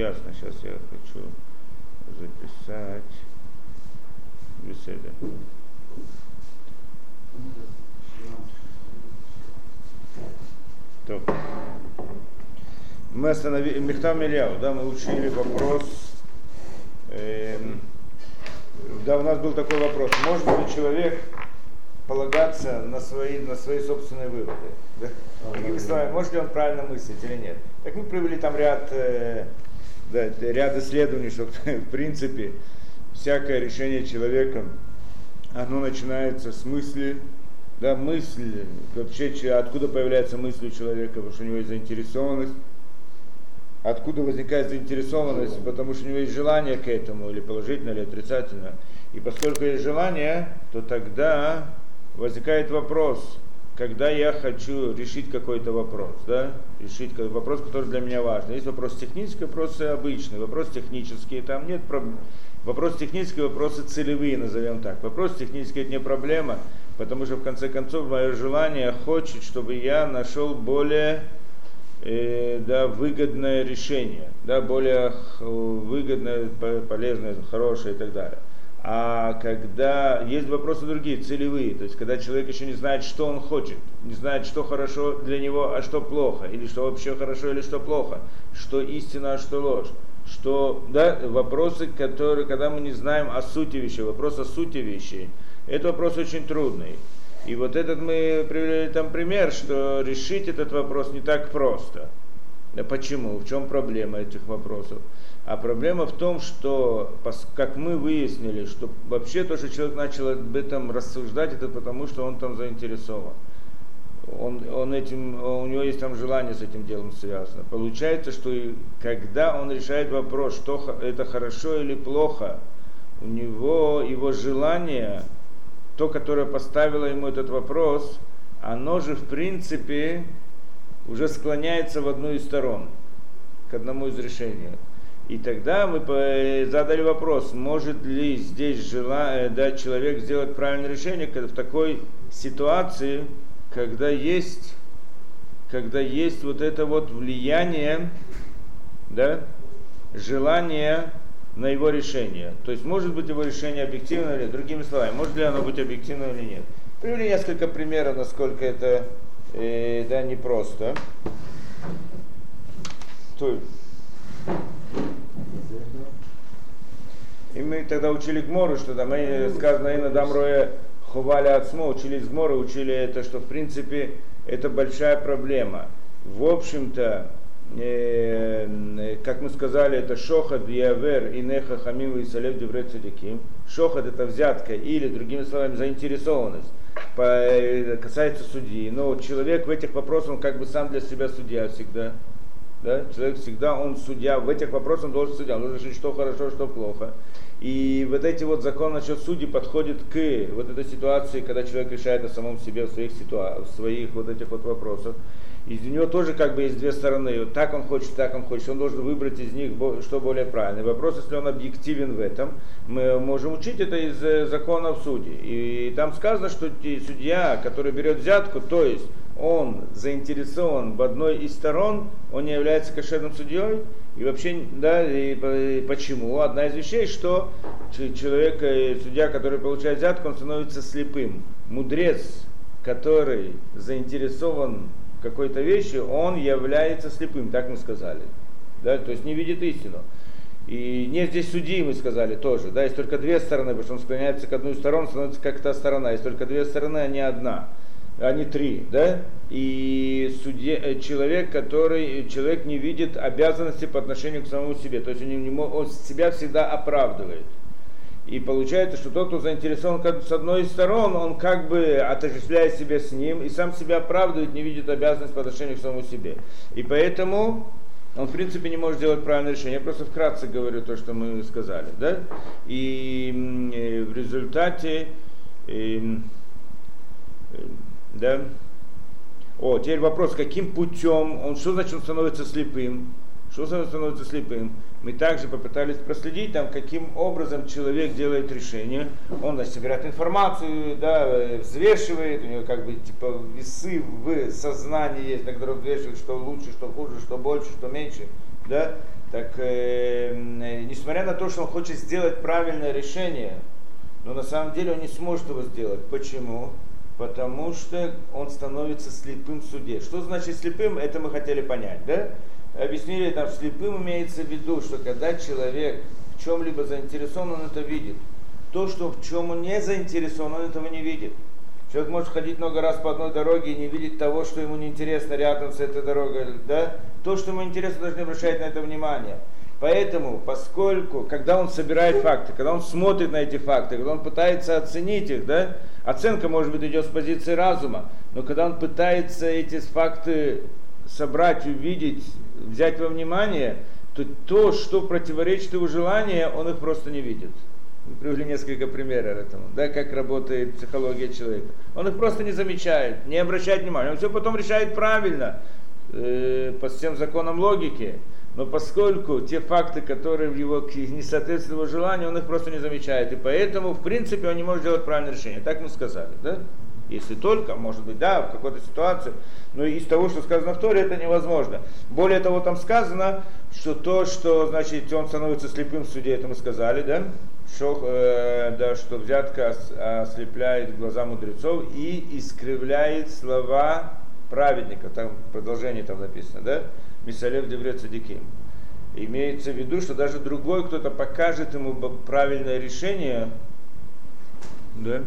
ясно. Сейчас я хочу записать беседы. Так. Мы остановили Михтав Мильяу, да, мы учили вопрос. Да, у нас был такой вопрос: может ли человек полагаться на свои собственные выводы? Да? Другими словами, может ли он правильно мыслить или нет? Так мы провели там ряд исследований, что в принципе всякое решение человека, оно начинается с мысли. Да, мысль, вообще откуда появляется мысль у человека, потому что у него есть заинтересованность. Откуда возникает заинтересованность? Потому что у него есть желание к этому, или положительно, или отрицательно. И поскольку есть желание, то тогда возникает вопрос, когда я хочу решить какой-то вопрос, да? Решить вопрос, который для меня важен. Есть вопрос технический, вопросы обычные, вопрос технический, там нет проблем. Вопрос технический, вопросы целевые, назовем так. Вопрос технический — это не проблема, потому что в конце концов мое желание хочет, чтобы я нашел более выгодное решение, да, более выгодное, полезное, хорошее и так далее. А когда есть вопросы другие, целевые, то есть когда человек еще не знает, что он хочет, не знает, что хорошо для него, а что плохо, или что вообще хорошо, или что плохо, что истина, а что ложь, что, да, вопросы, которые, когда мы не знаем о сути вещей, вопрос о сути вещей, это вопрос очень трудный. И вот этот мы привели там пример, что решить этот вопрос не так просто. Да почему? В чем проблема этих вопросов? А проблема в том, что, как мы выяснили, что вообще то, что человек начал об этом рассуждать, это потому, что он там заинтересован. У него есть там желание с этим делом связано. Получается, что когда он решает вопрос, что это хорошо или плохо, у него его желание, то, которое поставило ему этот вопрос, оно же в принципе уже склоняется в одну из сторон, к одному из решений. И тогда мы задали вопрос, может ли здесь человек сделать правильное решение в такой ситуации, когда есть вот это вот влияние, да, желание на его решение. То есть может быть его решение объективно или, другими словами, может ли оно быть объективно или нет. Привели несколько примеров, насколько это непросто. И мы тогда учили Гмору, что там сказано «Ина дамроэ ховали ацмо», учили из Гморы, учили это, что в принципе это большая проблема. В общем-то, как мы сказали, это шохад, явер, инеха, хамим, исалев, деврей цадиким. Шохад — это взятка или, другими словами, заинтересованность. Касается судьи. Но человек в этих вопросах, он как бы сам для себя судья всегда. Да? Человек всегда, он судья. В этих вопросах он должен судья. Он должен решить, что хорошо, что плохо. И вот эти вот законы насчет судей подходят к вот этой ситуации, когда человек решает о самом себе в своих вот этих вот вопросах. И у него тоже как бы есть две стороны. Вот так он хочет, так он хочет. Он должен выбрать из них, что более правильно. Вопрос, если он объективен в этом, мы можем учить это из законов судей. И там сказано, что судья, который берет взятку, то есть он заинтересован в одной из сторон, он не является кошерным судьей. И вообще, да, и почему? Одна из вещей, что человек, судья, который получает взятку, он становится слепым. Мудрец, который заинтересован какой-то вещи, он является слепым, так мы сказали. Да, то есть не видит истину. И нет здесь судьи, мы сказали тоже. Да, есть только две стороны, потому что он склоняется к одной стороне, становится как та сторона. Есть только две стороны, а не одна. А не три. Да? И человек не видит обязанности по отношению к самому себе. То есть он себя всегда оправдывает. И получается, что тот, кто заинтересован с одной из сторон, он как бы отождествляет себя с ним и сам себя оправдывает, не видит обязанность по отношению к самому себе. И поэтому он в принципе не может делать правильное решение. Я просто вкратце говорю то, что мы сказали. Да? И в результате... да? Теперь вопрос, каким путем, что значит он становится слепым? Что становится слепым? Мы также попытались проследить, там, каким образом человек делает решение. Он собирает информацию, да, взвешивает, у него как бы типа весы в сознании есть, на которых взвешивает, что лучше, что хуже, что больше, что меньше. да, так несмотря на то, что он хочет сделать правильное решение, но на самом деле он не сможет его сделать. Почему? Потому что он становится слепым в суде. Что значит слепым? Это мы хотели понять, да? Объяснили, там, слепым имеется в виду, что когда человек в чем-либо заинтересован, он это видит. То, что в чем он не заинтересован, он этого не видит. Человек может ходить много раз по одной дороге и не видеть того, что ему неинтересно рядом с этой дорогой. Да? То, что ему интересно, должен обращать на это внимание. Поэтому, поскольку, когда он собирает факты, когда он смотрит на эти факты, когда он пытается оценить их, да, оценка, может быть, идет с позиции разума, но когда он пытается эти факты собрать, увидеть, взять во внимание, то, что противоречит его желанию, он их просто не видит. Мы привели несколько примеров этому, да, как работает психология человека. Он их просто не замечает, не обращает внимания. Он все потом решает правильно, по всем законам логики. Но поскольку те факты, которые не соответствуют его желанию, он их просто не замечает. И поэтому, в принципе, он не может делать правильное решение. Так мы сказали, да? Если только, может быть, да, в какой-то ситуации. Но из того, что сказано в Торе, это невозможно. Более того, там сказано, что то, что, значит, он становится слепым в суде, это мы сказали, да? Что взятка ослепляет глаза мудрецов и искривляет слова праведников. Там продолжение там написано, да? Мисалев Девре Цадиким. Имеется в виду, что даже другой кто-то покажет ему правильное решение, да?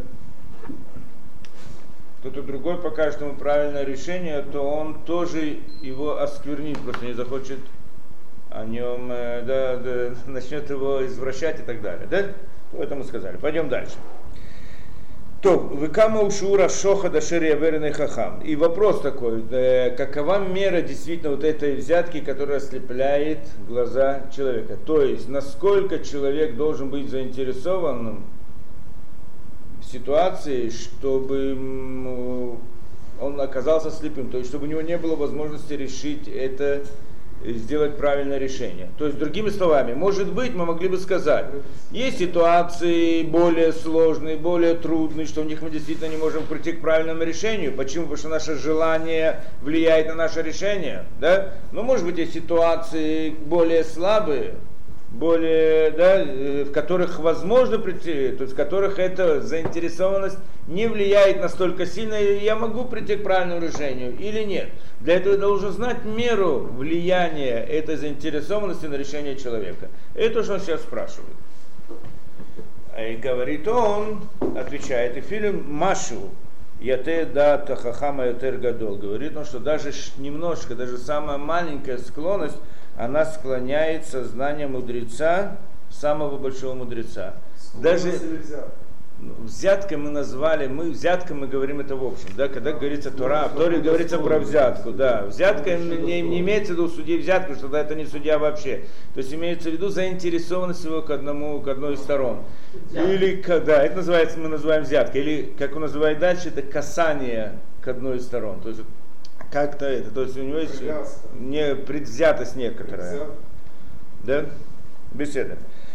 Кто-то другой покажет ему правильное решение, то он тоже его осквернит, просто не захочет о нем, начнет его извращать и так далее. Да? Это мы сказали. Пойдем дальше. То, выкама ушура шоха дашер яверный хахам. И вопрос такой, какова мера действительно вот этой взятки, которая ослепляет глаза человека? То есть, насколько человек должен быть заинтересованным в ситуации, чтобы он оказался слепым, то есть, чтобы у него не было возможности решить это, сделать правильное решение. То есть, другими словами, может быть, мы могли бы сказать, есть ситуации более сложные, более трудные, что в них мы действительно не можем прийти к правильному решению. Почему? Потому что наше желание влияет на наше решение. Да? Но может быть, есть ситуации более слабые, более, да, в которых возможно прийти, то есть в которых эта заинтересованность не влияет настолько сильно, и я могу прийти к правильному решению или нет. Для этого я должен знать меру влияния этой заинтересованности на решение человека. Это то, что он сейчас спрашивает. И говорит он, отвечает, и фильм Машу, Яте да Тахахама Ятер Гадол, говорит он, что даже немножко, даже самая маленькая склонность, она склоняет сознание мудреца, самого большого мудреца. Даже взяткой мы назвали, взяткой мы говорим это в общем, да, когда говорится Тора, в Торе говорится про взятку, да, взятка не имеется в виду судьи взятку, что это не судья вообще, то есть имеется в виду заинтересованность его к одной из сторон, или, да, это называется, мы называем взяткой, или, как он называет дальше, это касание к одной из сторон, то есть как-то это, то есть у него есть предвзятость некоторая, да, беседа.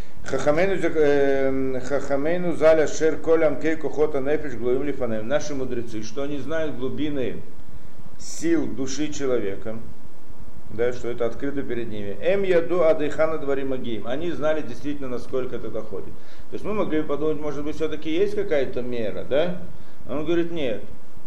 Хахамейну заля шер колям кей кохота нефиш глоим лифанем. Наши мудрецы, что они знают глубины сил души человека, да, что это открыто перед ними. Эм яду адыхана дворимагим. Они знали действительно, насколько это доходит. То есть мы могли бы подумать, может быть, все-таки есть какая-то мера, да? Он говорит, нет.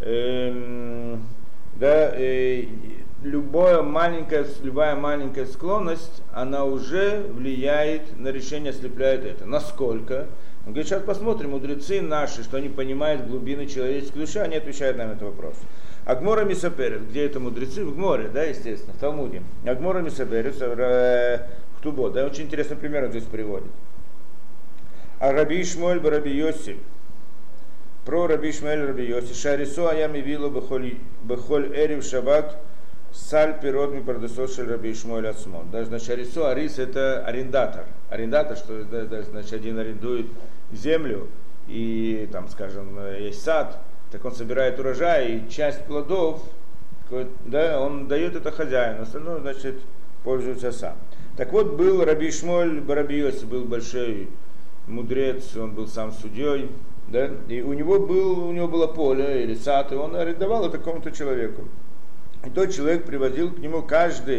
Любая маленькая склонность, она уже влияет на решение, ослепляет это. Насколько? Он говорит, сейчас посмотрим, мудрецы наши, что они понимают глубины человеческой души, они отвечают нам на этот вопрос. Агмора Мисаперет, где это мудрецы? В Гморе, да, естественно, в Талмуде. Агмора Мисаперет, в Ктубот, да, очень интересный пример он здесь приводит. А Раби Ишмаэль Раби Йоси, про Раби Ишмаэль Раби Йоси, Шарисо Аями Вилу Бехоль Эрив Шаббат, Саль пирот ми продасот шель Раби Ишмаэль Ацмон. Даже значит арисо, арис это арендатор. Арендатор, что значит один арендует землю и там, скажем, есть сад, так он собирает урожай и часть плодов, да, он дает это хозяину, остальное, значит, пользуется сам. Так вот, был Раби Ишмаэль Раби Йоси, был большой мудрец, он был сам судьей, да, и у него было поле или сад, и он арендовал это какому-то человеку. И тот человек приводил к нему каждый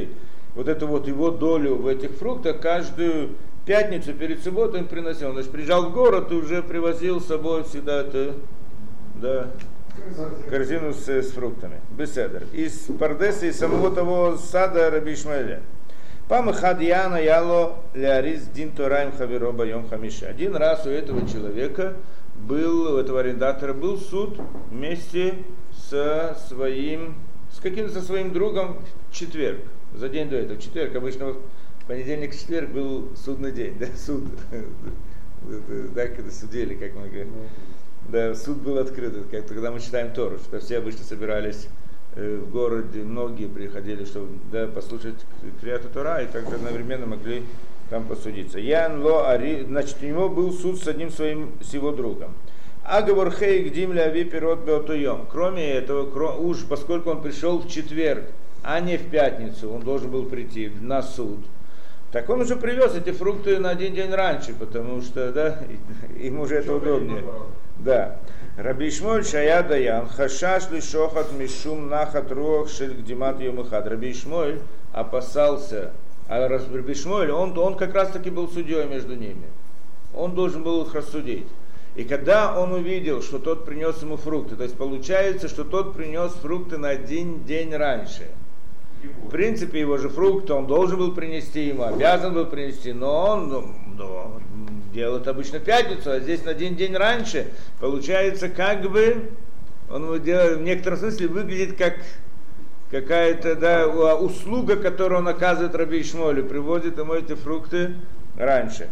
вот эту вот его долю в этих фруктах каждую пятницу перед субботой он приносил. Он значит, приезжал в город и уже привозил с собой всегда это, да, корзину с фруктами. Беседер. Из Пардеса, из самого того сада Раби Ишмаэля. Пам хадьяна яло ляриз дин тораим хаверо байом хамиша. Один раз у этого человека был, у этого арендатора был суд вместе со своим другом в четверг, за день до этого. В четверг, обычно в понедельник, четверг был судный день, да, суд. Да, когда судили, как мы говорим. Да, суд был открыт, как когда мы читаем Тору, что все обычно собирались в городе, многие приходили, чтобы да, послушать Криат Тора, и как-то одновременно могли там посудиться. Ян Ло Ари, значит, у него был суд с одним с его другом. Аговор Хей Гдим Ляви Пирот Беотуйом. Кроме этого, уж поскольку он пришел в четверг, а не в пятницу, он должен был прийти на суд. Так он уже привез эти фрукты на один день раньше, потому что, да, ему уже это удобнее. Да. Раби Ишмаэль Шая Даян, Хашаш Лишохат Мишум Нахат Руах Шель Гдимат Йомахад. Раби Ишмаэль опасался, а Раби Ишмаэль, он как раз таки был судьей между ними. Он должен был их рассудить. И когда он увидел, что тот принес ему фрукты, то есть получается, что тот принес фрукты на один день раньше. В принципе, его же фрукты он должен был принести ему, обязан был принести, но он делает обычно в пятницу, а здесь на один день раньше. Получается, как бы он делает, в некотором смысле выглядит как какая-то да, услуга, которую он оказывает Раби Ишмаэлю, приводит ему эти фрукты раньше.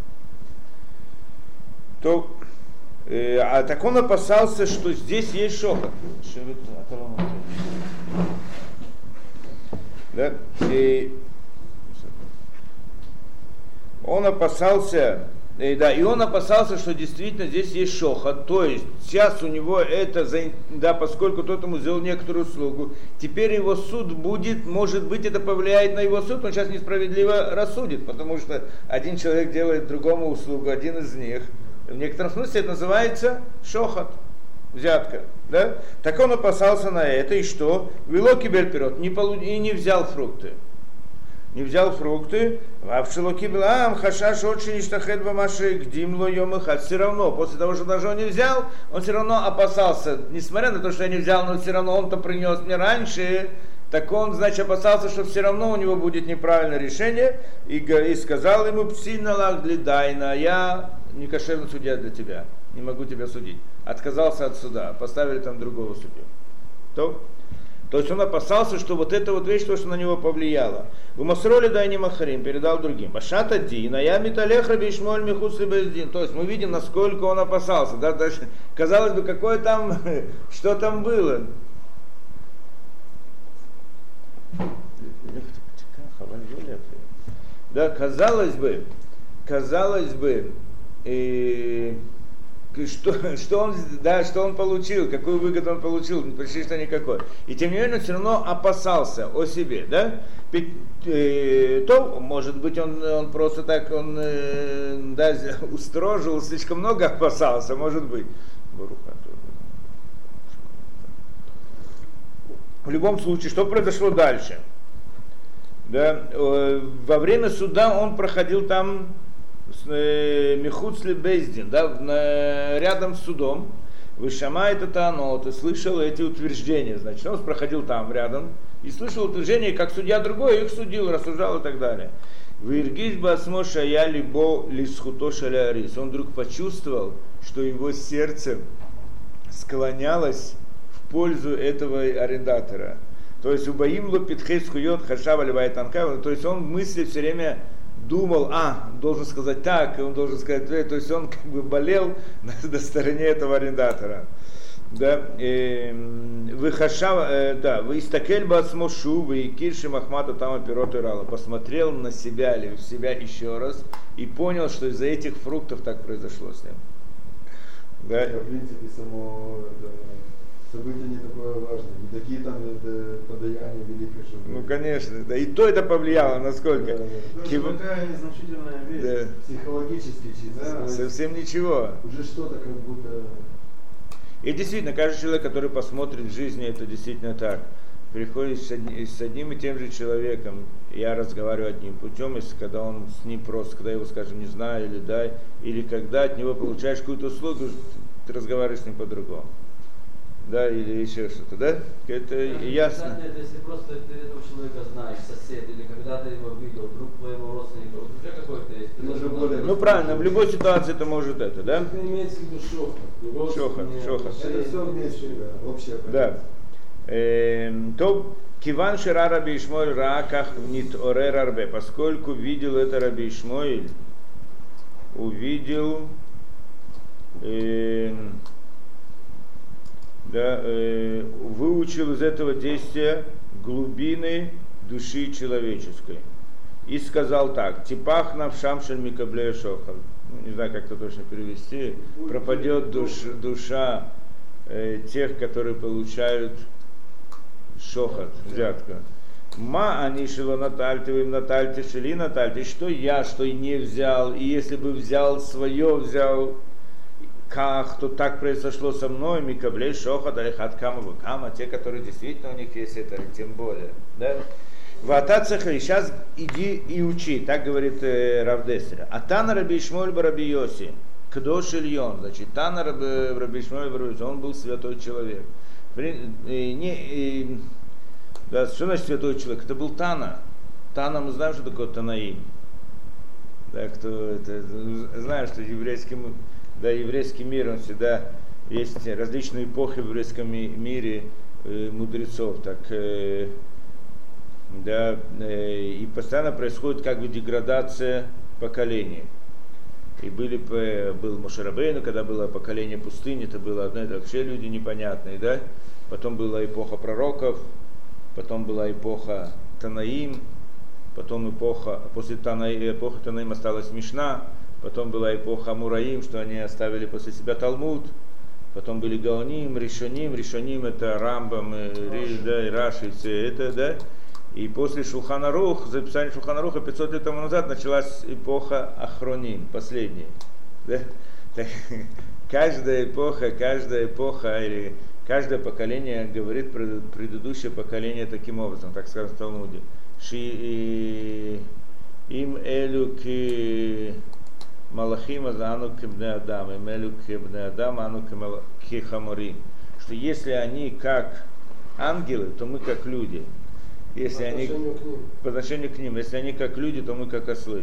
Так он опасался, что здесь есть шохот. Да? И он опасался, и он опасался, что действительно здесь есть шохот. То есть сейчас у него это, да, поскольку тот ему сделал некоторую услугу, теперь его суд будет, может быть, это повлияет на его суд, он сейчас несправедливо рассудит, потому что один человек делает другому услугу, один из них. В некотором смысле это называется шохот, взятка. Да? Так он опасался на это, и что? Вилоки бельпирот, и не взял фрукты. Не взял фрукты, вапшилоки блам, хашаш очень иштахет бамаши, гдимло йомыхат. Все равно, после того, что даже он не взял, он все равно опасался, несмотря на то, что я не взял, но все равно он-то принес мне раньше, так он, значит, опасался, что все равно у него будет неправильное решение, и сказал ему, псина лах глидайна, я не кошерный судья для тебя, не могу тебя судить. Отказался от суда, поставили там другого судью. То есть он опасался, что вот эта вот вещь, то, что на него повлияло. В Масроли Дайни Махарим передал другим. Башата Дина, я Миталех Раби Ишмаэль Михуцли Бездин. То есть мы видим, насколько он опасался. Да, даже, казалось бы, какое там, что там было. Да, казалось бы, что он получил, какую выгоду он получил, почти что никакой. И тем не менее он все равно опасался о себе, да? То, может быть, он просто так, да, устрожил, слишком много опасался, может быть. В любом случае, что произошло дальше? Да, во время суда он проходил там Михуцли Бейздин, да, рядом с судом, Вышама это оно, ты слышал эти утверждения, значит, он проходил там рядом и слышал утверждения, как судья другой их судил, рассуждал и так далее. Виргиш басмо шая либо лисхуто шалярис. Он вдруг почувствовал, что его сердце склонялось в пользу этого арендатора. То есть убаим лопитхей скует хашава левая танка, то есть он в мысли все время думал, должен сказать так, он должен сказать, то есть он как бы болел на стороне этого арендатора. Да, вы хашава, да, вы истакель басмошу, вы кирши махмата там оперот ирала, посмотрел на себя или в себя еще раз и понял, что из-за этих фруктов так произошло с ним. Да. В принципе, само событие не такое важное, не такие там подаяния великие, чтобы... Ну, конечно, да, и то это повлияло, насколько. Да. Такая незначительная вещь. Да. Психологически чисто. Да, совсем ничего. Уже что-то как будто... И действительно, каждый человек, который посмотрит в жизни, это действительно так. приходит с одним и тем же человеком, я разговариваю одним путем, если когда он с ним просто, когда его, скажем, не знаю, или дай, или когда от него получаешь какую-то услугу, ты разговариваешь с ним по-другому. Да, или еще что-то, да? Это ясно. Это если просто ты этого человека знаешь, сосед, или когда ты его видел, друг твоего родственника, вот уже какой-то есть. Ну правильно, в любой ситуации это может это, да? Это имеется в виду шохот. Шохот. Это все вместе, да, общее. Да. То Киван Шира Раби Ишмоэль Рааках Нит Орер Арбе, поскольку видел это Раби Ишмоэль, увидел выучил из этого действия глубины души человеческой. И сказал так: Типах навшам шель микаблея шохал. Не знаю, как это точно перевести. Пропадет душа тех, которые получают шохат, взятка. Ма они шило натальте, им натальте, шили натальте. Что я, что и не взял. И если бы взял свое, взял как, то так произошло со мной, микаблей шохат, алихат кама вакама, те, которые действительно у них есть это, тем более. Да? Ватацахли, сейчас иди и учи, так говорит Рав Дессер. А Тана Раби Ишмоэль Раби Йоси, Кдош Ильон, значит, Тана Раби Ишмоэль Раби Йоси, он был святой человек. Да, что значит святой человек? Это был Тана. Тана, мы знаем, что такое Танаим. Да, кто это, знаем, что еврейский мир, он всегда, есть различные эпохи в еврейском мире мудрецов, так, да, и постоянно происходит как бы деградация поколений. И был Моше Рабейну, когда было поколение пустыни, это было одно, это вообще люди непонятные, да? Потом была эпоха пророков, потом была эпоха Танаим, потом после эпохи Танаим осталась Мишна, потом была эпоха Амураим, что они оставили после себя Талмуд, потом были Гаоним, Ришоним это Рамбам, и Раши, все это, да? И после Шулхан Арух, записания Шулхан Аруха 500 лет тому назад началась эпоха Ахроним, последняя. Да? Каждая эпоха или каждое поколение говорит про предыдущее поколение таким образом, так сказано в Талмуде. Им элю ки малахим ану кибне адам, им элю кибне адам, ану ки хаморим. Что если они как ангелы, то мы как люди. Если по отношению к ним, если они как люди, то мы как ослы.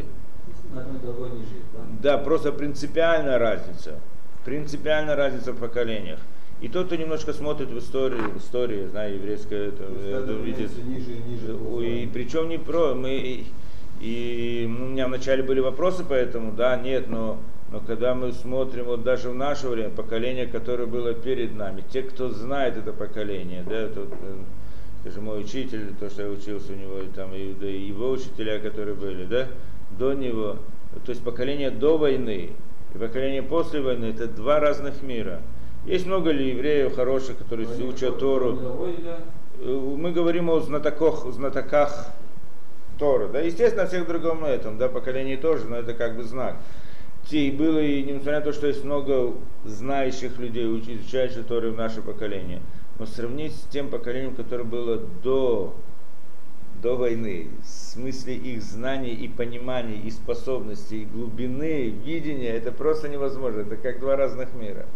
Да, просто принципиальная разница в поколениях. И тот, кто немножко смотрит в историю, знаю, еврейское, это видит. И причем не про у меня вначале были вопросы по этому, да, нет, но когда мы смотрим вот даже в наше время, поколение, которое было перед нами, те, кто знает это поколение, да, это же мой учитель, то, что я учился у него, и там и его учителя, которые были, да, до него, то есть поколение до войны и поколение после войны, это два разных мира. Есть много ли евреев хороших, которые учат Тору? Мы говорим о знатоках Торы, да, естественно, о всех другом этом, да, поколении тоже, но это как бы знак. И было, и несмотря на то, что есть много знающих людей, изучающих Тору в наше поколение, но сравнить с тем поколением, которое было до войны, в смысле их знаний и пониманий, и способностей, и глубины, видения, это просто невозможно, это как два разных мира.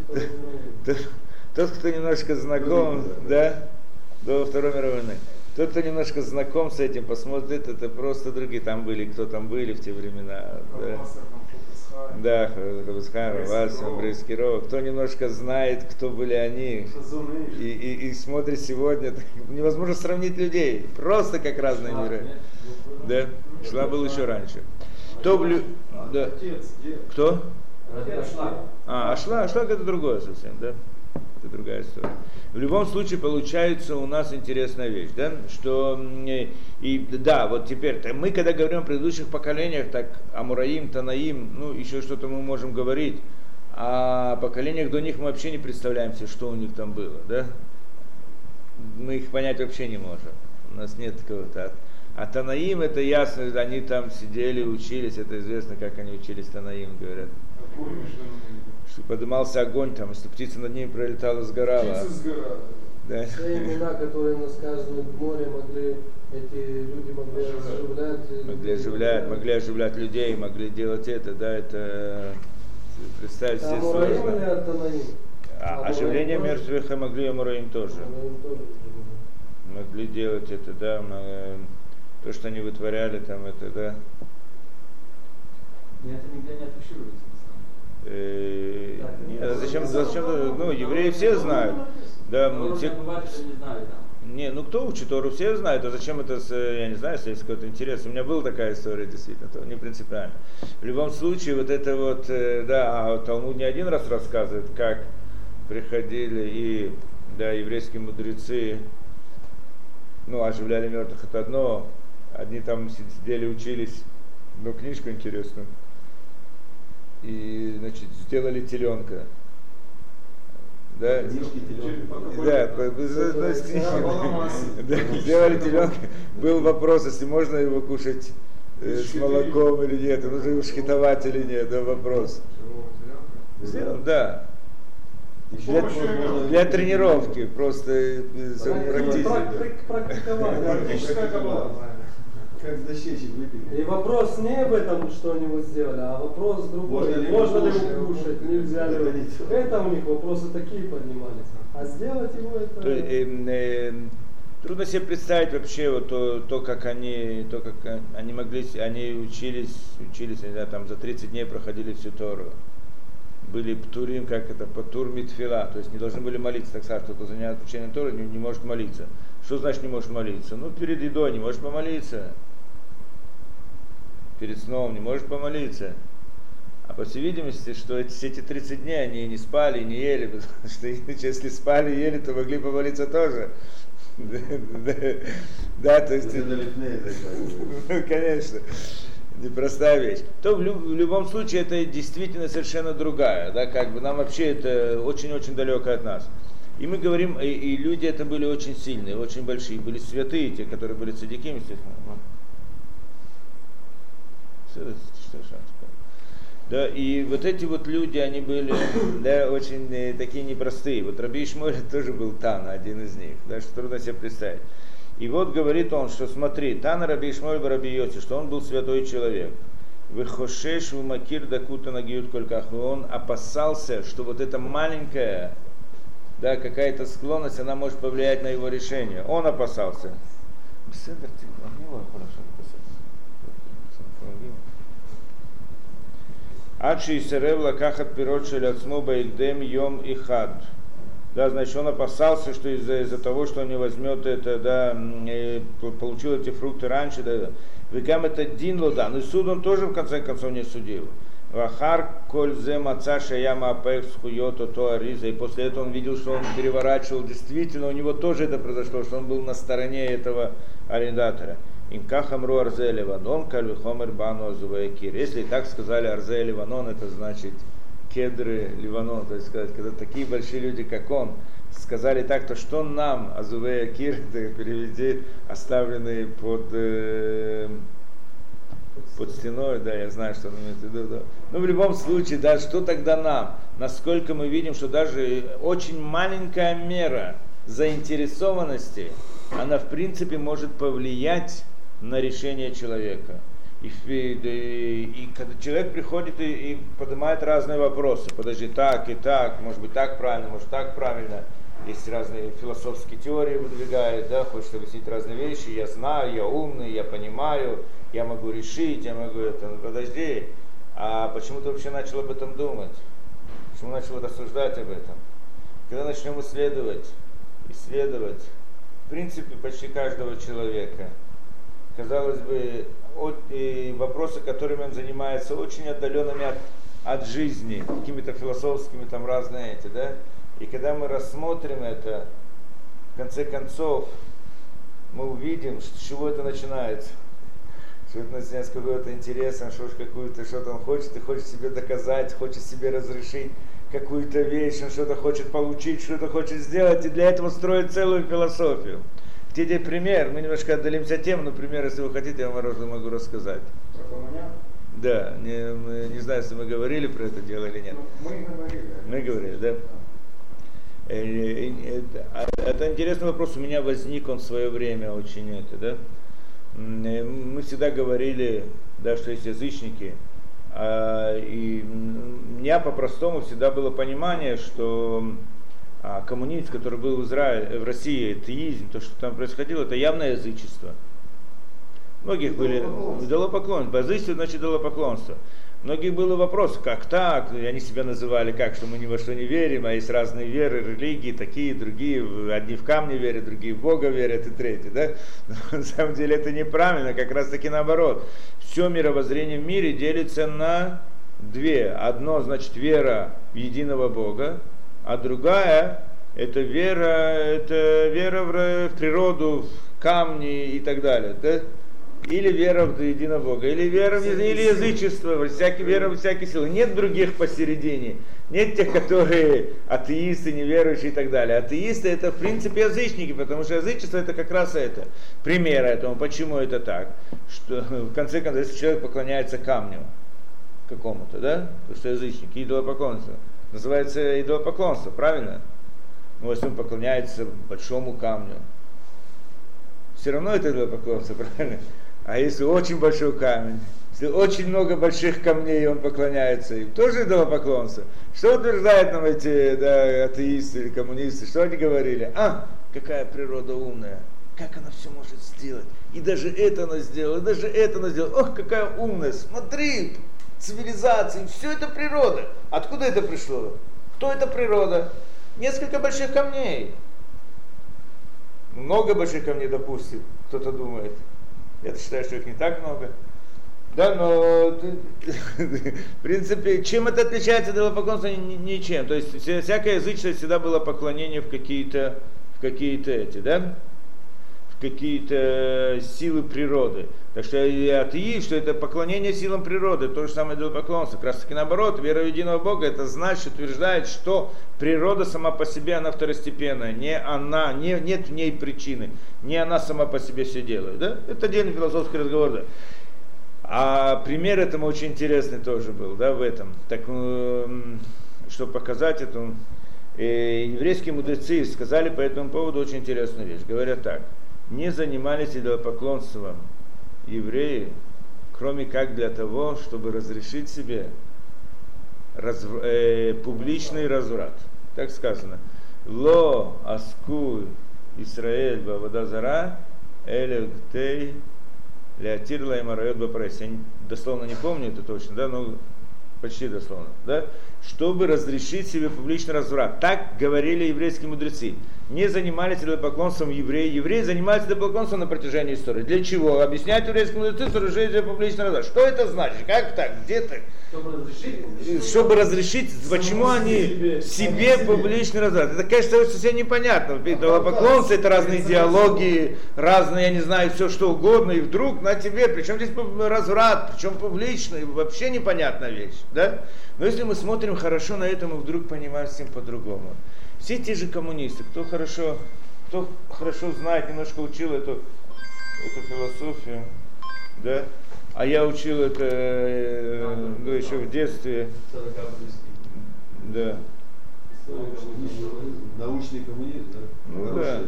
Тот, кто немножко знаком, да, до Второй мировой войны, тот, кто немножко знаком с этим, посмотрит, это просто другие, кто там были в те времена. Да, Хабасхайм, Вальсом, Брейскирова. Кто немножко знает, кто были они, и смотрит сегодня, невозможно сравнить людей, просто как разные миры. Да, Шла был еще раньше. Да. Кто? Ашла это другое совсем, да? Это другая история. В любом случае получается у нас интересная вещь, да, что вот теперь мы когда говорим о предыдущих поколениях, так Амураим, Танаим, еще что-то мы можем говорить, а о поколениях до них мы вообще не представляем себе, что у них там было, да? Мы их понять вообще не можем. У нас нет такого-то. А Танаим это ясно, они там сидели, учились, это известно, как они учились Танаим, говорят. Что поднимался огонь, там, если птица над ними пролетала, сгорала. Да. Все имена, которые нам сказаны в море, эти люди могли оживлять. Могли оживлять людей, могли делать это, да, это представить себе Амураим или сложно. Артанаим? Оживление Амураим мертвых и могли Амураим тоже. Амураим тоже. Могли делать это, да, то, что они вытворяли там, это, да. И это нигде не афишируется, на самом деле. Нет, зачем, ну, евреи все знают. Да, Те, бывает, это не знаю там. Не, ну кто учит Тору, все знают, а зачем это, я не знаю, если есть какой-то интерес. У меня была такая история, действительно, то не принципиально. В любом случае, вот это вот, да, Талмуд не один раз рассказывает, как приходили и, да, еврейские мудрецы, ну, оживляли мертвых, это одно, одни там сидели, учились, ну, книжку интересную, и, значит, сделали теленка. Да, сделали теленка. Был вопрос, если можно его кушать с молоком или нет, нужно его шхитовать или нет, да, вопрос. Сделал, да. Для тренировки, просто Практиковать. Практическая кабала. Как дощечек выпили. И вопрос не об этом, что они вот сделали, а вопрос другой. Можно ли его кушать, нельзя ли. Это у них вопросы такие поднимались. А сделать его это... Трудно себе представить вообще вот то, как они могли, они учились, да, там за 30 дней проходили всю Тору. Были птурим, как это, патур митфила, то есть не должны были молиться, так сказать, кто-то занимается учением Торы, не может молиться. Что значит не можешь молиться? Ну, перед едой не можешь помолиться. Перед сном не можешь помолиться. А по всей видимости, что эти 30 дней они не спали, не ели, потому что если спали и ели, то могли помолиться тоже. Да, то есть... Ну, конечно. Непростая вещь. То в любом случае это действительно совершенно другая, да, как бы нам вообще это очень-очень далеко от нас. И мы говорим, и люди это были очень сильные, очень большие, были святые, те, которые были цадиким, естественно. Да, и вот эти вот люди, они были, да, очень такие непростые. Вот Раби Ишмаэль тоже был Тана, один из них, да, что трудно себе представить. И вот говорит он, что смотри, Тана Раби Ишмаэль Раби Йоси, что он был святой человек. Выхошеш в макир дакута нагиют кольках. Он опасался, что вот эта маленькая, да, какая-то склонность, она может повлиять на его решение. Он опасался. Адши и Серев лакахат пирот шеляцму баигдем йом и хад. Да, значит, он опасался, что из-за того, что он не возьмет это, да, получил эти фрукты раньше, да, векам это дин лода, но и суд он тоже в конце концов не судил. Вахар коль зе маца шаяма апех схуйото то ариза, и после этого он видел, что он переворачивал, действительно, у него тоже это произошло, что он был на стороне этого арендатора. Имках амру арзе ливанон, каль вихомер бану азуваякир. Если так сказали арзе ливанон, это значит кедры Ливанон, то есть сказать, когда такие большие люди, как он, сказали так, то что нам, Азувея Кир, переведи, оставленные под стеной, да, я знаю, что он имеет в виду, да. Но в любом случае, да, что тогда нам? Насколько мы видим, что даже очень маленькая мера заинтересованности, она в принципе может повлиять на решение человека. И когда человек приходит и поднимает разные вопросы, подожди, так и так, может быть так правильно, может так правильно, есть разные философские теории выдвигает, да, хочет объяснить разные вещи, я знаю, я умный, я понимаю, я могу решить, я могу это, ну подожди, а почему ты вообще начал об этом думать? Почему начал рассуждать об этом? Когда начнем исследовать, в принципе, почти каждого человека, казалось бы, вопросы, которыми он занимается, очень отдаленными от жизни, какими-то философскими там разные эти, да. И когда мы рассмотрим это, в конце концов, мы увидим, с чего это начинается. Что это начинается с какого-то интереса, что-то он хочет, и хочет себе доказать, хочет себе разрешить какую-то вещь, он что-то хочет получить, что-то хочет сделать, и для этого строит целую философию. Где пример, мы немножко отдалимся от темы, но пример, если вы хотите, я вам могу рассказать. Да, не знаю, если мы говорили про это дело или нет. Мы говорили. Мы говорили, да. Это интересный вопрос, у меня возник он в свое время очень это, да? Мы всегда говорили, да, что есть язычники, и у меня по-простому всегда было понимание, что коммунизм, который был в России, атеизм, то, что там происходило, это явное язычество. Многих были идолопоклонство. Язычество значит идолопоклонство. Многих было вопрос, как так, они себя называли как, что мы ни во что не верим, а есть разные веры, религии, такие, другие, одни в камни верят, другие в Бога верят и третьи, да? Но на самом деле это неправильно, как раз таки наоборот. Все мировоззрение в мире делится на две. Одно, значит, вера в единого Бога, а другая это вера в природу, в камни и так далее, да? Или вера в единого Бога, или вера или язычество, вера в всякие силы. Нет других посередине. Нет тех, которые атеисты, неверующие и так далее. Атеисты это в принципе язычники, потому что язычество это как раз это. Пример этому, почему это так. Что в конце концов, если человек поклоняется камню какому-то, да, то что язычник, идолопоклонство. Называется идолопоклонство, правильно? Но если он поклоняется большому камню, все равно это идолопоклонство, правильно? А если очень большой камень, если очень много больших камней, он поклоняется им, тоже идолопоклонство. Что утверждают нам эти атеисты или коммунисты? Что они говорили? Какая природа умная, как она все может сделать. И даже это она сделала, и даже это она сделала. Ох, какая умная, смотри, цивилизация, все это природа. Откуда это пришло? Кто это природа? Несколько больших камней. Много больших камней, допустим, кто-то думает. Я считаю, что их не так много. Да, но в принципе, чем это отличается от идолопоклонства? Ничем. То есть всякое язычество всегда было поклонение в какие-то эти, да? В какие-то силы природы. Так что атеизм, что это поклонение силам природы, то же самое идолопоклонство. Как раз таки наоборот, вера в единого Бога, это значит, утверждает, что природа сама по себе, она второстепенная, нет в ней причины, не она сама по себе все делает. Да? Это отдельный философский разговор. Да? А пример этому очень интересный тоже был, да, в этом. Так, чтобы показать это, еврейские мудрецы сказали по этому поводу очень интересную вещь. Говорят так: не занимались идолопоклонством евреи, кроме как для того, чтобы разрешить себе публичный разврат. Так сказано. Ло аскуй Исраэль бавода зара эль гтей леатир лаим арайот бапрайс. Я дословно не помню это точно, да, но почти дословно, да, чтобы разрешить себе публичный разврат. Так говорили еврейские мудрецы. Не занимались идолопоклонством евреи. Евреи занимались идолопоклонством на протяжении истории. Для чего? Объясняют еврейские мудрецы, что разрешить себе публичный разврат. Что это значит? Как так? Где так? Чтобы разрешить, почему они себе публичный разврат. Это, конечно, совсем непонятно. Идолопоклонство — это разные идеологии, разные, я не знаю, все что угодно, и вдруг на тебе, причем здесь разврат, причем публичный, вообще непонятная вещь. Да? Но если мы смотрим хорошо на это, мы вдруг понимаем совсем по-другому. Все те же коммунисты, кто хорошо знает, немножко учил эту философию, да? А я учил это еще в детстве. Да. Научный коммунизм, да? Ну да.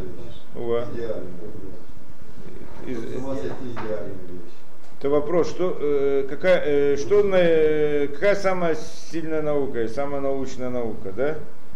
Идеальная вещь. Это вопрос, какая самая сильная наука и самая научная наука, да?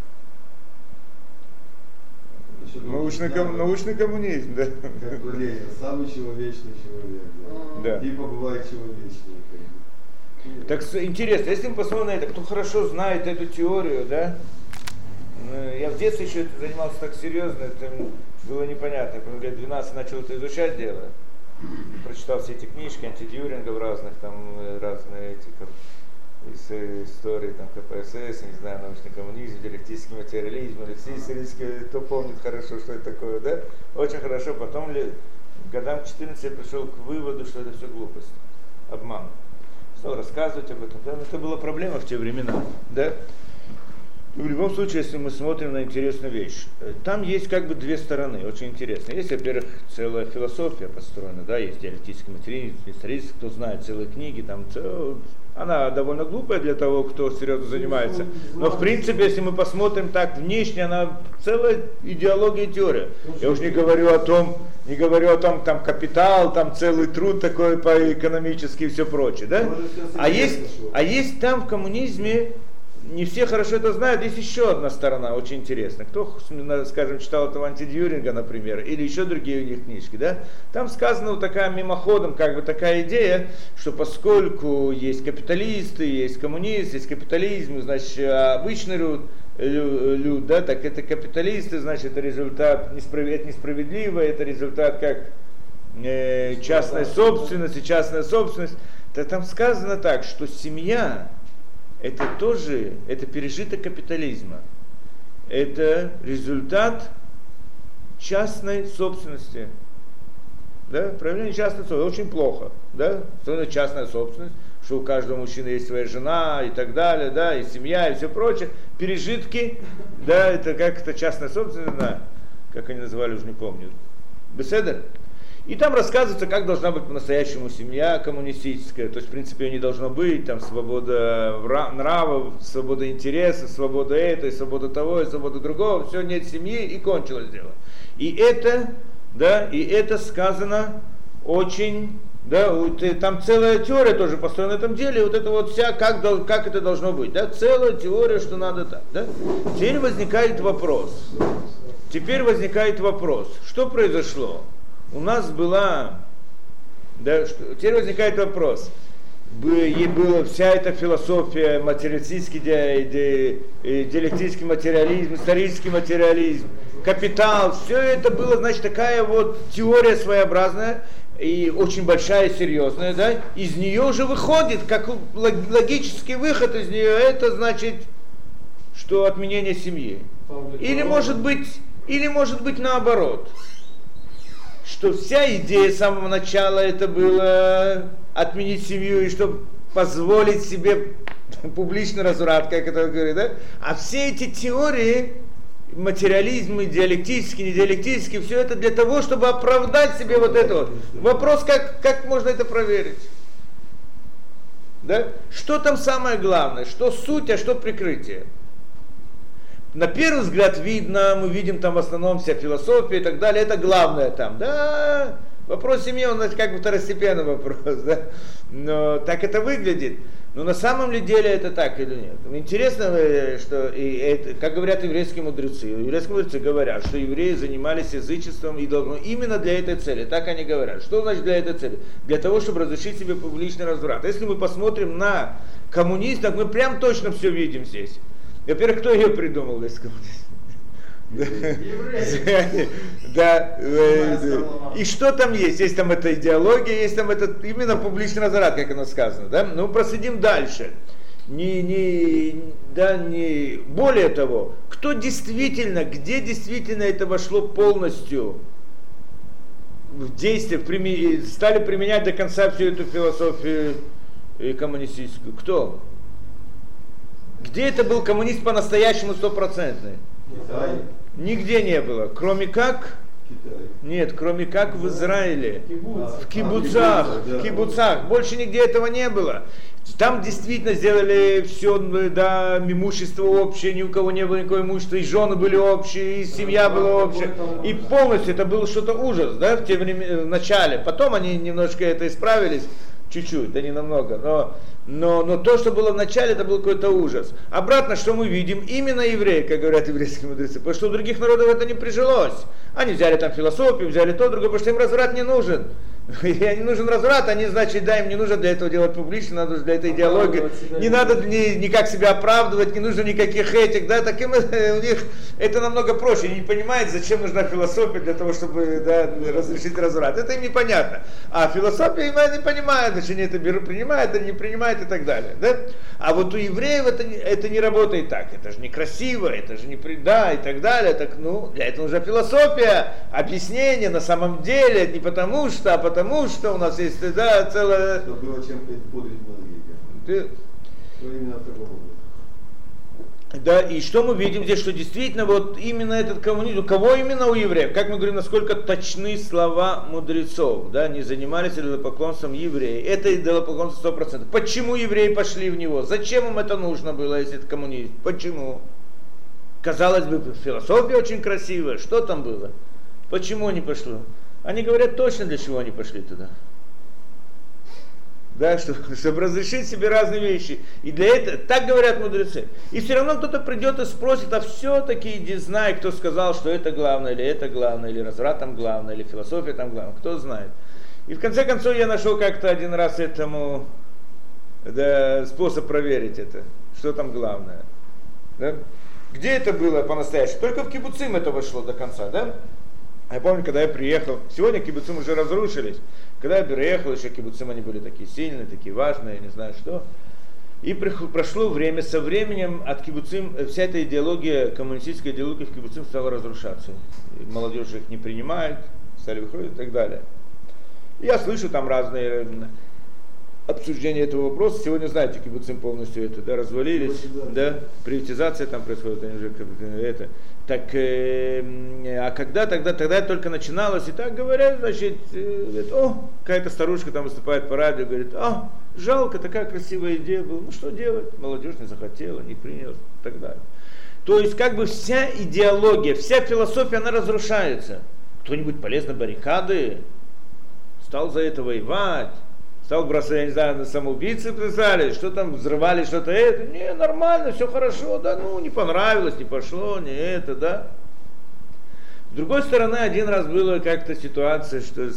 Научный коммунизм, да. Как у Ленина, самый человечный человек. Да. Типа бывает человечный. Так интересно, если мы посмотрим на это, кто хорошо знает эту теорию, да? Я в детстве еще занимался так серьезно, это было непонятно. Я, лет 12 начал это изучать дело. Прочитал все эти книжки, антидьюрингов разных, разные эти, из истории КПСС, я не знаю, научный коммунизм, диалектический материализм, кто помнит хорошо, что это такое, да? Очень хорошо. Потом годам к 14 я пришел к выводу, что это все глупость, обман. Стал рассказывать об этом, да? Это была проблема в те времена, да? В любом случае, если мы смотрим на интересную вещь, там есть как бы две стороны, очень интересно. Есть, во-первых, целая философия построена, да, есть диалектический материализм, кто знает целые книги, там Она довольно глупая для того, кто серьезно занимается. Но в принципе, если мы посмотрим так внешне, она целая идеология и теория. Я уж не говорю о том, там капитал, там целый труд такой по экономически и все прочее, да? А есть там в коммунизме, не все хорошо это знают, есть еще одна сторона очень интересная. Кто, скажем, читал этого Антидьюринга, например, или еще другие у них книжки, да? Там сказано вот такая мимоходом, как бы такая идея, что поскольку есть капиталисты, есть коммунисты, есть капитализм, значит, обычный люд, да, так это капиталисты, значит, это результат это несправедливо, это результат как частная собственность. Так там сказано так, что семья это тоже, это пережиток капитализма. Это результат частной собственности. Да? Проявление частной собственности очень плохо. Да? Что это частная собственность? Что у каждого мужчины есть своя жена и так далее, да, и семья, и все прочее. Пережитки, да, это как это частная собственность, да, как они называли, уже не помню. Беседер? И там рассказывается, как должна быть по-настоящему семья коммунистическая. То есть, в принципе, ее не должно быть, там свобода нравов, свобода интереса, свобода этой, свобода того и свобода другого. Все, нет семьи, и кончилось дело. И это сказано очень, да, там целая теория тоже построена на этом деле, вот это вот вся, как это должно быть, да, целая теория, что надо так, да. Теперь возникает вопрос, что произошло? У нас была, да, теперь возникает вопрос, была вся эта философия, материалистический, диалектический материализм, исторический материализм, капитал, все это было, значит, такая вот теория своеобразная и очень большая, серьезная, да, из нее уже выходит, как логический выход из нее, это значит, что отменение семьи. Или может быть наоборот. Что вся идея с самого начала это было отменить семью и чтобы позволить себе публичный разврат, как это говорит, да? А все эти теории, материализм, диалектический, недиалектический, все это для того, чтобы оправдать себе вот это вот. Вопрос, как можно это проверить? Да? Что там самое главное? Что суть, а что прикрытие? На первый взгляд видно, мы видим там в основном вся философия и так далее, это главное там, да, вопрос семьи, он как бы второстепенный вопрос, да, но так это выглядит, но на самом ли деле это так или нет. Интересно, что, как говорят еврейские мудрецы говорят, что евреи занимались язычеством и должны именно для этой цели, так они говорят. Что значит для этой цели? Для того, чтобы разрешить себе публичный разврат. Если мы посмотрим на коммунистов, мы прям точно все видим здесь. Во-первых, кто ее придумал, здесь да, и что там есть? Есть там эта идеология, есть там этот именно публичный разврат, как оно сказано, да? Ну, проследим дальше. Более того, где действительно это вошло полностью в действие, стали применять до конца всю эту философию коммунистическую? Кто? Где это был коммунист по-настоящему стопроцентный? Нигде не было. Кроме как? Нет, кроме как в Израиле. В кибуцах. Больше нигде этого не было. Там действительно сделали все, да, имущество общее, ни у кого не было никакого имущества, и жены были общие, и семья была общая. И полностью это было что-то ужас, да, в начале. Потом они немножко это исправились. Чуть-чуть, да не намного, но то, что было в начале, это был какой-то ужас. Обратно, что мы видим? Именно евреи, как говорят еврейские мудрецы, потому что у других народов это не прижилось. Они взяли там философию, взяли то, другое, потому что им разврат не нужен. И не нужен разврат, они, значит, да, им не нужно для этого делать публично, надо для этой идеологии, не надо никак себя оправдывать, не нужно никаких этих, да, таким у них это намного проще, они не понимают, зачем нужна философия для того, чтобы, да, разрешить разврат, это им непонятно, а философия им не понимает, значит, они это принимают, они не принимают и так далее, да, а вот у евреев это не работает так, это же некрасиво, это же не, да, и так далее, так, ну, для этого нужна философия, объяснение на самом деле, это не потому что, а потому что у нас есть, да, целая... Чтобы было чем пудрить мозги. Что именно в таком Да, и что мы видим здесь, что действительно вот именно этот коммунизм, у кого именно у евреев, как мы говорим, насколько точны слова мудрецов, да, не занимались идолопоклонством евреи, это идолопоклонство 100%. Почему евреи пошли в него? Зачем им это нужно было, если это коммунизм? Почему? Казалось бы, философия очень красивая, что там было? Почему они пошли? Они говорят точно, для чего они пошли туда. Да, чтобы разрешить себе разные вещи. И для этого, так говорят мудрецы. И все равно кто-то придет и спросит, а все-таки иди знай, кто сказал, что это главное, или разврат там главное, или философия там главное, кто знает. И в конце концов я нашел как-то один раз этому способ проверить это, что там главное. Да? Где это было по-настоящему? Только в кибуцим это вошло до конца, да? Я помню, когда я приехал, сегодня кибуцим уже разрушились, когда я приехал, еще кибуцим они были такие сильные, такие важные, не знаю что. И прошло время, со временем от кибуцим, вся эта идеология, коммунистическая идеология в кибуцим стала разрушаться. И молодежь их не принимает, стали выходить и так далее. И я слышу там разные обсуждения этого вопроса. Сегодня, знаете, кибуцим полностью это, да, развалились, да, приватизация там происходит, они уже это. Так, а когда тогда только начиналось, и так говорят, значит, говорит, какая-то старушка там выступает по радио, говорит, жалко, такая красивая идея была, ну что делать, молодежь не захотела, не приняла, и так далее. То есть, как бы вся идеология, вся философия, она разрушается. Кто-нибудь полез на баррикады, стал за это воевать, стал бросать, я не знаю, на самоубийцы писали, что там взрывали, что-то это. Не, нормально, все хорошо, да, ну, не понравилось, не пошло, не это, да. С другой стороны, один раз была как-то ситуация, что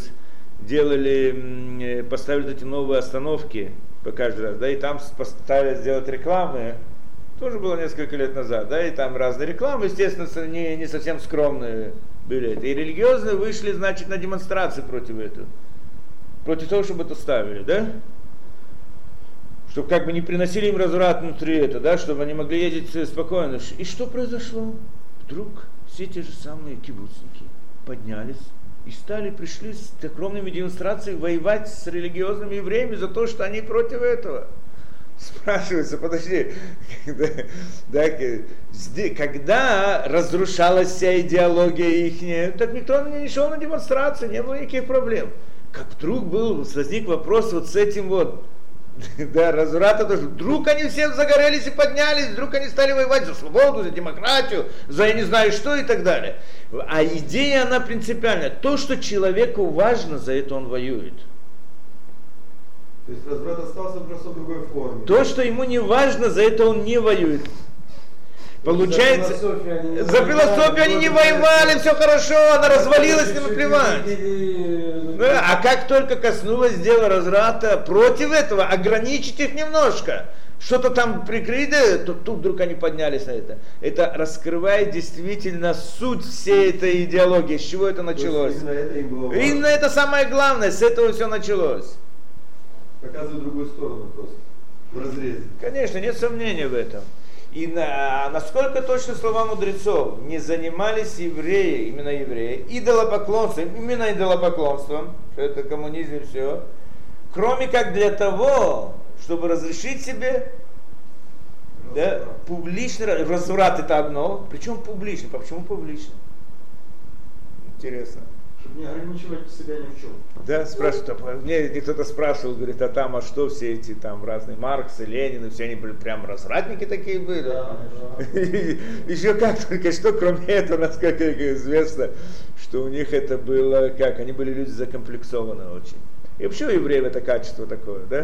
поставили эти новые остановки по каждый раз, да, и там поставили сделать рекламы, тоже было несколько лет назад, да, и там разные рекламы, естественно, не совсем скромные были. И религиозные вышли, значит, на демонстрации против этого. Против того, чтобы это ставили, да? Чтобы как бы не приносили им разврат внутри этого, да, чтобы они могли ездить спокойно. И что произошло? Вдруг все те же самые кибуцники поднялись и пришли с огромными демонстрациями воевать с религиозными евреями за то, что они против этого. Спрашивается, подожди, когда разрушалась вся идеология их, так никто не шел на демонстрации, не было никаких проблем. Как вдруг возник вопрос вот с этим вот, да, развратом, вдруг они все загорелись и поднялись, вдруг они стали воевать за свободу, за демократию, за я не знаю что и так далее. А идея, она принципиальная. То, что человеку важно, за это он воюет. То есть разврат остался просто в другой форме. То, что ему не важно, за это он не воюет. Получается, за философию они не воевали, все хорошо, она развалилась, не наплевать. Да, а как только коснулось дела разврата, против этого ограничить их немножко, что-то там прикрыть, то тут вдруг они поднялись на это. Это раскрывает действительно суть всей этой идеологии, с чего это началось. Именно это самое главное, с этого все началось. Показывает другую сторону просто, в разрезе. Конечно, нет сомнения в этом. И насколько точно слова мудрецов, не занимались евреи, именно евреи, идолопоклонством, именно идолопоклонством, что это коммунизм и все, кроме как для того, чтобы разрешить себе да, публичный разврат, это одно, причем публичный. Почему публичный? Интересно. Чтобы не ограничивать себя ни в чем. Да, спрашивают, мне кто-то спрашивал, говорит, а что все эти там разные Марксы, Ленины, все они были прям развратники такие были. Да. Еще как только что, кроме этого, насколько известно, что у них это было, как, они были люди закомплексованные очень. И вообще у евреев это качество такое, да?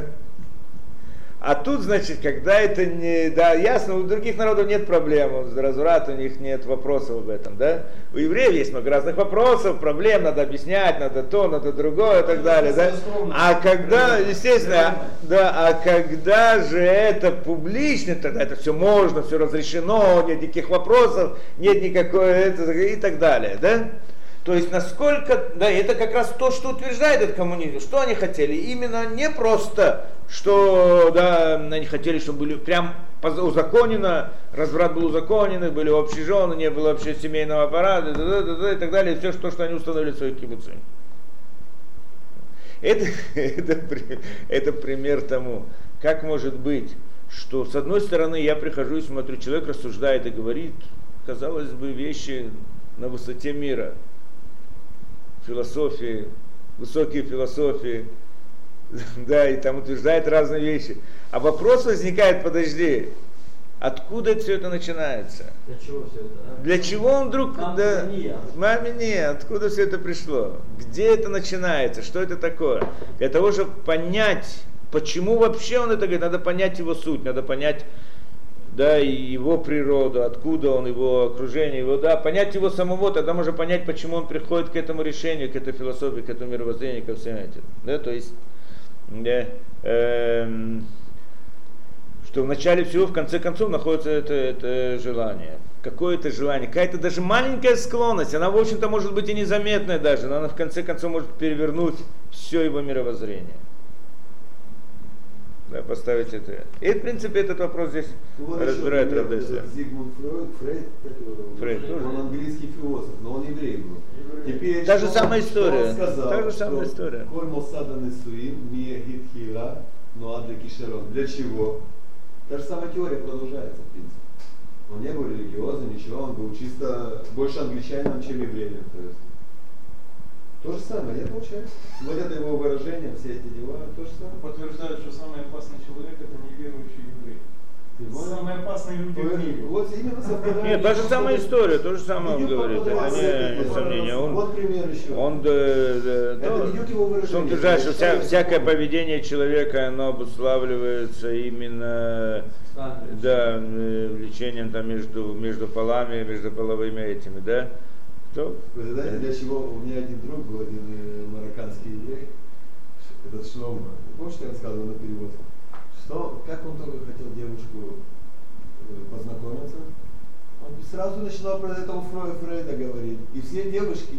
А тут, значит, когда это не... Да, ясно, у других народов нет проблем, с развратом у них нет вопросов об этом, да? У евреев есть много разных вопросов, проблем, надо объяснять, надо то, надо другое и так далее, да? А когда, естественно, да, а когда же это публично, тогда это все можно, все разрешено, нет никаких вопросов, нет никакой, и так далее, да? То есть насколько, да, это как раз то, что утверждает этот коммунизм. Что они хотели? Именно не просто, что, да, они хотели, чтобы были прям узаконено, разврат был узаконен, были общие жены, не было вообще семейного аппарата, и так далее, все, что они установили в своих кибуцах. Это пример тому, как может быть, что с одной стороны я прихожу и смотрю, человек рассуждает и говорит, казалось бы, вещи на высоте мира, философии, высокие философии, да, и там утверждает разные вещи. А вопрос возникает, подожди, откуда все это начинается? Для чего все это? А? Для чего он вдруг... Маме не, откуда все это пришло? Где это начинается? Что это такое? Для того, чтобы понять, почему вообще он это говорит, надо понять его суть, надо понять, да, и его природу, откуда он, его окружение, его, да, понять его самого, тогда можно понять, почему он приходит к этому решению, к этой философии, к этому мировоззрению, ко всем этим. Да, то есть, да, что в начале всего, в конце концов, находится это желание. Какое-то желание, какая-то даже маленькая склонность, она, в общем-то, может быть и незаметная даже, но она, в конце концов, может перевернуть все его мировоззрение. Да, поставить это. И, в принципе, этот вопрос здесь разбирает Равдеслер. Зигмунд Фрейд, он английский философ, но он еврей был. Теперь, та же самая история. Он сказал, та же самая история. Коль мосада несуим, мия гитхила, но адля кишерон. Для чего? Та же самая теория продолжается, в принципе. Он не был религиозным, ничего, он был чисто больше англичанином, чем евреем. То же самое, я получаю. Вот это его выражение, все эти дела, то же самое. Подтверждают, что самый опасный человек это неверующий еврей. Самые опасные люди в мире. Вот именно совпадает. Нет, та же самая история, то же самое он говорит. Это не сомнение. Вот пример еще. Он утверждает, что всякое поведение человека, оно обуславливается именно влечением там, между полами, между половыми этими, да? Вы знаете, для чего у меня один друг был, один марокканский еврей, этот Шлома. Помните, я рассказывал на переводе? Что, как он только хотел девушку познакомиться, он сразу начинал про этого Фрейда говорить. И все девушки,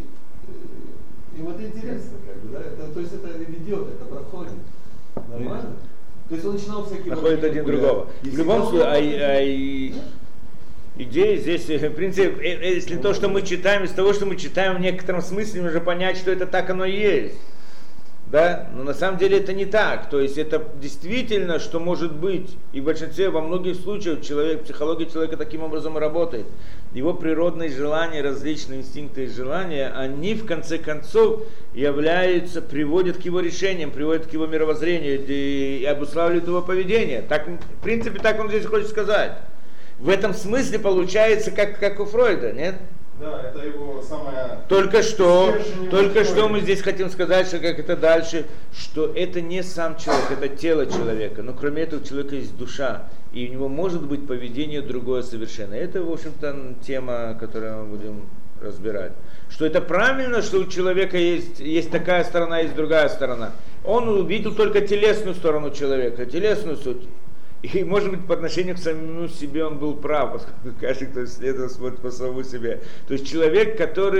им это интересно, как бы, да? То есть это ведет, это проходит. Нормально? То есть он начинал всякие... Находит один другого. В любом случае, идея здесь, в принципе, если то, что мы читаем, из того, что мы читаем, в некотором смысле можно понять, что это так оно и есть. Да? Но на самом деле это не так. То есть это действительно, что может быть, и в большинстве, во многих случаях психология человека таким образом и работает. Его природные желания, различные инстинкты и желания, они в конце концов приводят к его решениям, приводят к его мировоззрению и обуславливают его поведение. Так, в принципе, так он здесь хочет сказать. В этом смысле получается, как у Фройда, нет? Да, это его самая... Только что мы здесь хотим сказать, что как это дальше, что это не сам человек, это тело человека, но кроме этого у человека есть душа, и у него может быть поведение другое совершенно. Это, в общем-то, тема, которую мы будем разбирать. Что это правильно, что у человека есть такая сторона, есть другая сторона. Он увидел только телесную сторону человека, телесную суть. И, может быть, по отношению к самому себе он был прав, поскольку каждый, кто исследует, смотрит по самому себе. То есть человек,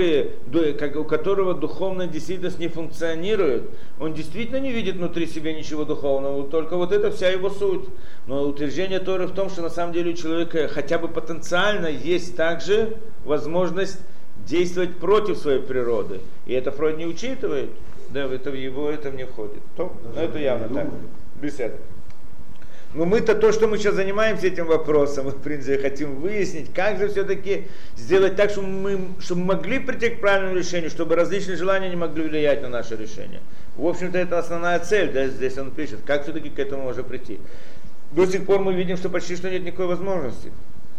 у которого духовная действительность не функционирует, он действительно не видит внутри себя ничего духовного, только вот это вся его суть. Но утверждение Торы в том, что на самом деле у человека хотя бы потенциально есть также возможность действовать против своей природы. И это Фройд не учитывает, да, в его это не входит. Но это явно так. Беседа. Но мы-то то, что мы сейчас занимаемся этим вопросом, в принципе, хотим выяснить, как же все-таки сделать так, чтобы мы могли прийти к правильному решению, чтобы различные желания не могли влиять на наше решение. В общем-то, это основная цель, да, здесь он пишет, как все-таки к этому можно прийти. До сих пор мы видим, что почти что нет никакой возможности.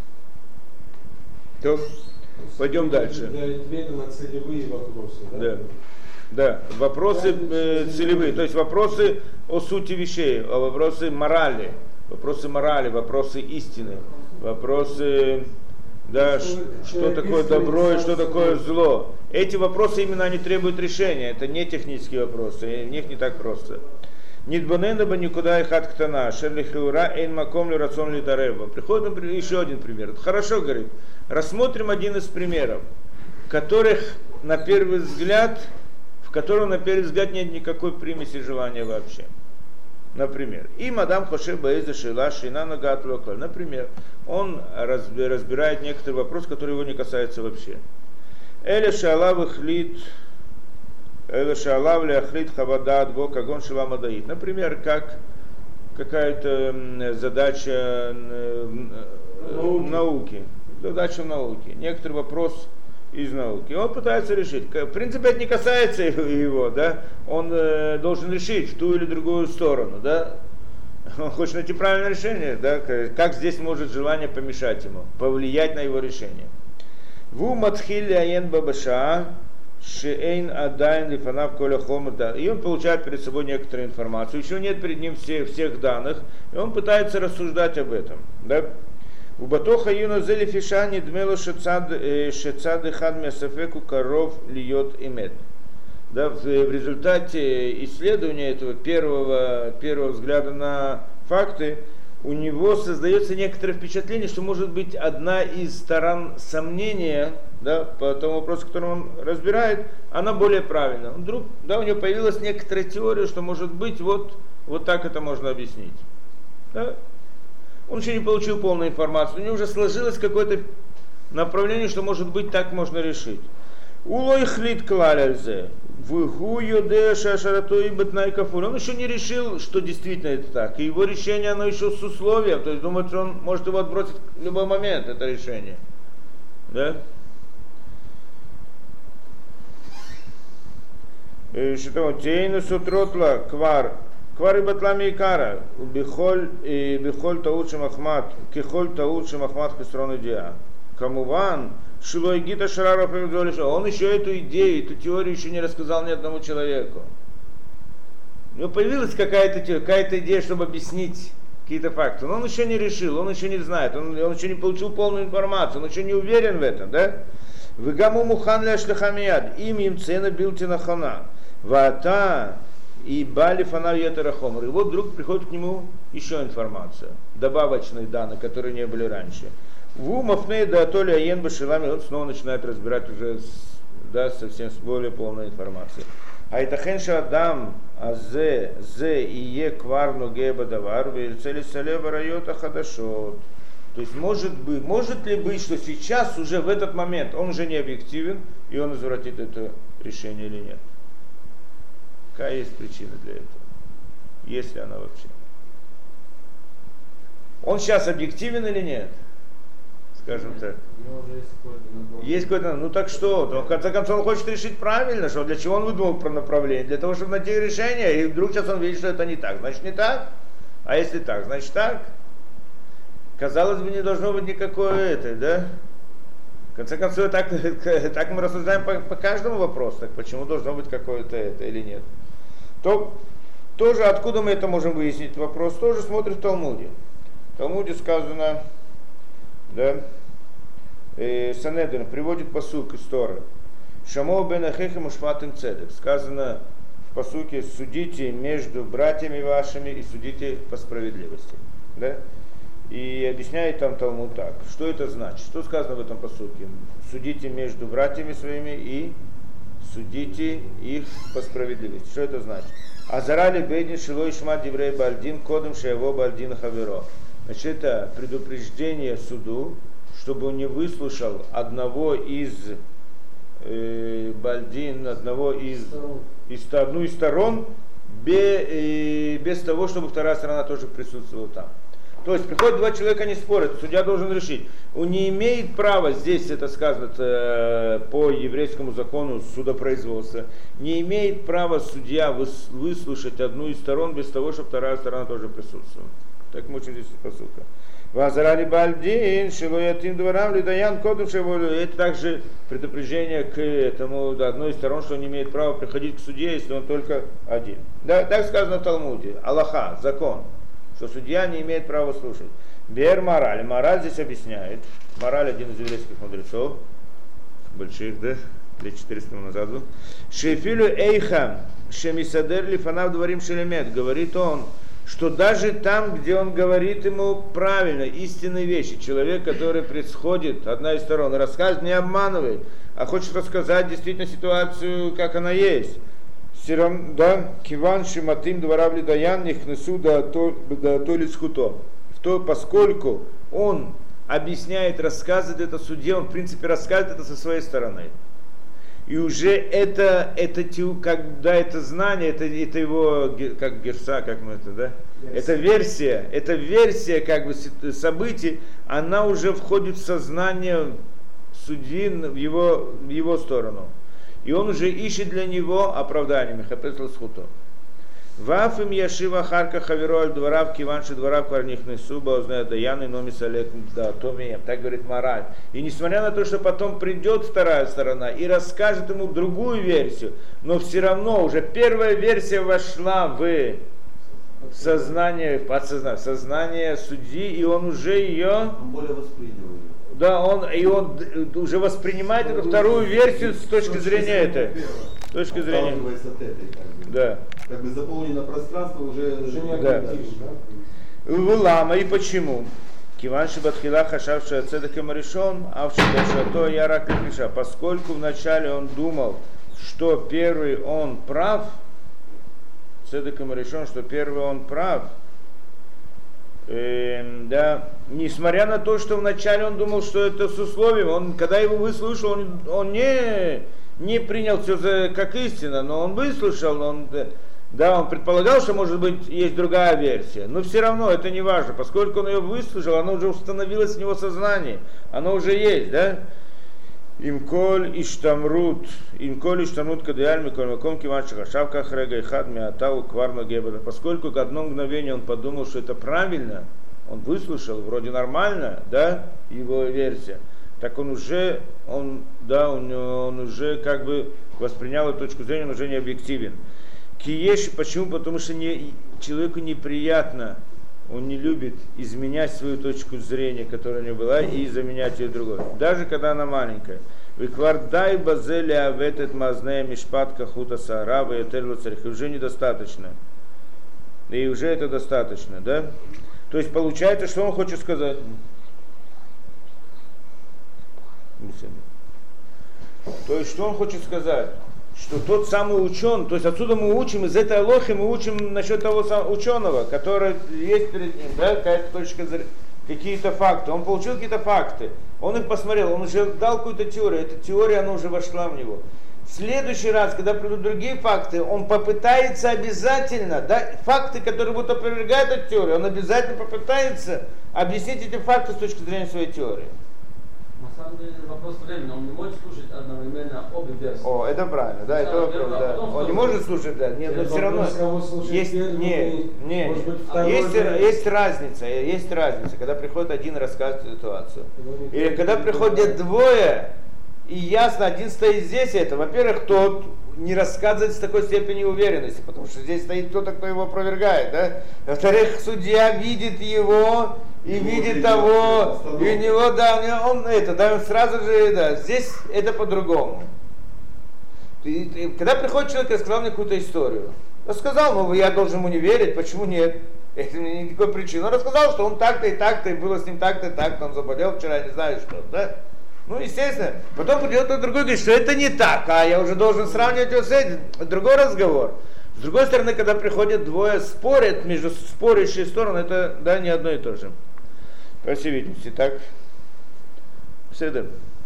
То, пойдем дальше. Ответы на целевые вопросы, да? Да, вопросы целевые, то есть вопросы о сути вещей, вопросы морали, вопросы истины, вопросы, да, что такое добро и что такое зло. Эти вопросы именно они требуют решения, это не технические вопросы, в них не так просто. Нидбаненаба никуда их откатана, шерлихиура эйн маком ли рацион ли тареба. Приходит еще один пример. Хорошо, говорит, рассмотрим один из примеров, в котором на первый взгляд нет никакой примеси желания вообще. Например, и мадам Хоше Баэза Шила Шина Нагат Локаль. Например, он разбирает некоторый вопрос, который его не касается вообще. Эля Шалав Ляхлит Хавадат Бо Кагон Шила Мадаит. Например, как какая-то задача науки. Задача в науке. Некоторый вопрос из науки. Он пытается решить. В принципе, это не касается его, да? Он должен решить в ту или другую сторону, да? Он хочет найти правильное решение, да? Как здесь может желание помешать ему, повлиять на его решение. Ву матхиль аян бабаша шеэйн адайн лифанав коля хомата. И он получает перед собой некоторую информацию. Еще нет перед ним всех данных. И он пытается рассуждать об этом, да? У Батоха юна зели фишани дмело шецад хад мясафеку коров льет имет. Да, в результате исследования этого первого взгляда на факты у него создается некоторое впечатление, что может быть одна из сторон сомнения, да, по тому вопросу, который он разбирает, она более правильна. Вдруг, да, у него появилась некоторая теория, что может быть вот так это можно объяснить. Да? Он еще не получил полную информацию, у него уже сложилось какое-то направление, что может быть так можно решить. Улой хлит клаляльзе. Он еще не решил, что действительно это так. И его решение, оно еще с условием. То есть думает, что он может его отбросить в любой момент, это решение. Да? Тейну сутротла квар. Квар и батлами и кара. Бихоль таут шамахмат. Кихоль таут шамахмат хисрон идея. Камуван. Шилой Гита Шараров и он еще эту идею, эту теорию еще не рассказал ни одному человеку. У него появилась какая-то идея, чтобы объяснить какие-то факты. Но он еще не решил, он еще не знает, он еще не получил полную информацию, он еще не уверен в этом, да? Вегаму мухан ля шлахамияд, им цена билтина хана. Вата и бали фанав ятарахомр. И вот вдруг приходит к нему еще информация, добавочные данные, которые не были раньше. В Мафней да Толи Аен Башилами, он снова начинает разбирать уже совсем с более полной информацией. А это хенша Адам Азе и Е Кварну Геба Давар Вирцели Салева Райота Хадашот. То есть может ли быть, что сейчас уже в этот момент он уже не объективен и он извратит это решение или нет? Какая есть причина для этого? Есть ли она вообще? Он сейчас объективен или нет? Скажем так. Есть какой-то, ну так что? В конце концов он хочет решить правильно, что для чего он выдумал про направление? Для того, чтобы найти решение, и вдруг сейчас он видит, что это не так. Значит не так? А если так, значит так? Казалось бы, не должно быть никакой этой, да? В конце концов, так мы рассуждаем по каждому вопросу, так почему должно быть какое-то это или нет? Тоже откуда мы это можем выяснить вопрос? Тоже смотрим в Талмуде. В Талмуде сказано, да, Санедрин приводит пасук из Торы. Шамо бен ахехем ушматым цедек. Сказано в пасуке: судите между братьями вашими и судите по справедливости. Да? И объясняет там Талмуд так. Что это значит? Что сказано в этом пасуке? Судите между братьями своими и судите их по справедливости. Что это значит? Азарали бейдин шилой шмат диврей бальдин кодом шеево бальдин хаверо. Значит, это предупреждение суду, чтобы он не выслушал одного из бальдин, одну из сторон, без того, чтобы вторая сторона тоже присутствовала там. То есть приходят два человека, не спорят, судья должен решить. Он не имеет права, здесь это сказано по еврейскому закону судопроизводства, не имеет права судья выслушать одну из сторон без того, чтобы вторая сторона тоже присутствовала. Так мы учим здесь посылка. Вазарали бальдин, шилоятим дворам, лидаян кодом шеволю. Это также предупреждение к этому, да, одной из сторон, что он не имеет права приходить к судье, если он только один. Да, так сказано в Талмуде. Аллаха, закон, что судья не имеет права слушать. Бер мораль. Мораль здесь объясняет. Мораль один из еврейских мудрецов, больших, да, лет 400 назад был. Шефилю эйха, шемисадер лифанав дворим шелемет. Говорит он, что даже там, где он говорит ему правильно, истинные вещи, человек, который происходит, одна из сторон, рассказывает, не обманывает, а хочет рассказать действительно ситуацию, как она есть. Да, киван шиматим дворавли даян нихнесу да то лицхуто. Поскольку он объясняет, рассказывает это судье, он в принципе рассказывает это со своей стороны. И уже это знание, это его, как герса, как мы это, да, эта версия как бы событий, она уже входит в сознание судьи в его сторону. И он уже ищет для него оправдание. Мехапетл схуто. Ваф им яшива харка хаверо аль дворав киванши дворав кварнихны суба узнает даяны номис олег да томием. Так говорит мораль. И несмотря на то, что потом придет вторая сторона и расскажет ему другую версию, но все равно уже первая версия вошла в сознание, подсознание, сознание судьи, и он уже ее... Он более воспринял ее. Да, он уже воспринимает эту вторую версию с точки зрения этой. С точки зрения. Отталкивается от этой, как бы. Да. Как бы заполнено пространство уже не Да. Лама, и почему? Киванши Батхила Хашавши Ацедакем решен, Авши Башато Ярак Лиша. Поскольку вначале он думал, что первый он прав, Цедакем решен, что первый он прав, да, несмотря на то, что вначале он думал, что это с условием, он, когда его выслушал, он не принял все как истина, но он выслушал, он предполагал, что может быть есть другая версия, но все равно это не важно, поскольку он ее выслушал, оно уже установилось в него сознание, оно уже есть, да? Имколь иштамрут кадеаль миколь маком киван шахашавка хрега и хад миатау кварно гебера. Поскольку в одно мгновение он подумал, что это правильно, он выслушал, вроде нормально, да, его версия, так он уже как бы воспринял эту точку зрения, он уже не объективен. Киеш, почему? Потому что человеку неприятно, он не любит изменять свою точку зрения, которая у него была, и заменять ее другой. Даже когда она маленькая. Виквардай базели аветет мазнея мишпатка хута саарава и этерлу царих. Уже недостаточно. И уже это достаточно, да? То есть получается, что он хочет сказать? То есть, что он хочет сказать? Что тот самый ученый, то есть отсюда мы учим, из этой алохи мы учим насчет того самого ученого, который есть перед ним, да, какая-то точка зрения, какие-то факты. Он получил какие-то факты, он их посмотрел, он уже дал какую-то теорию, эта теория, она уже вошла в него. В следующий раз, когда придут другие факты, он попытается обязательно, да, факты, которые будут опровергать эту теорию, он обязательно попытается объяснить эти факты с точки зрения своей теории. На самом деле вопрос времени, он не может слушать одновременно обе версии. О, это правильно, да, это вопрос, да. Он не может слушать, да, нет, но все равно есть, есть разница, когда приходит один рассказывать ситуацию. Или когда приходят двое, и ясно, один стоит здесь, это, во-первых, тот не рассказывает с такой степенью уверенности, потому что здесь стоит кто-то, кто его опровергает, да. Во-вторых, судья видит его, и видит того, и у него, да, он сразу же, да, здесь это по-другому. Когда приходит человек и рассказал мне какую-то историю, рассказал, ну я должен ему не верить, почему нет? Это никакой причины. Он рассказал, что он так-то и так-то, и было с ним так-то и так-то, он заболел вчера, не знаю что, да? Ну, естественно. Потом придет кто-то другой и говорит, что это не так, а я уже должен сравнивать его с этим. Другой разговор. С другой стороны, когда приходят двое, спорят между спорящие стороны, это, да, не одно и то же. По всей видимости, так. Седер.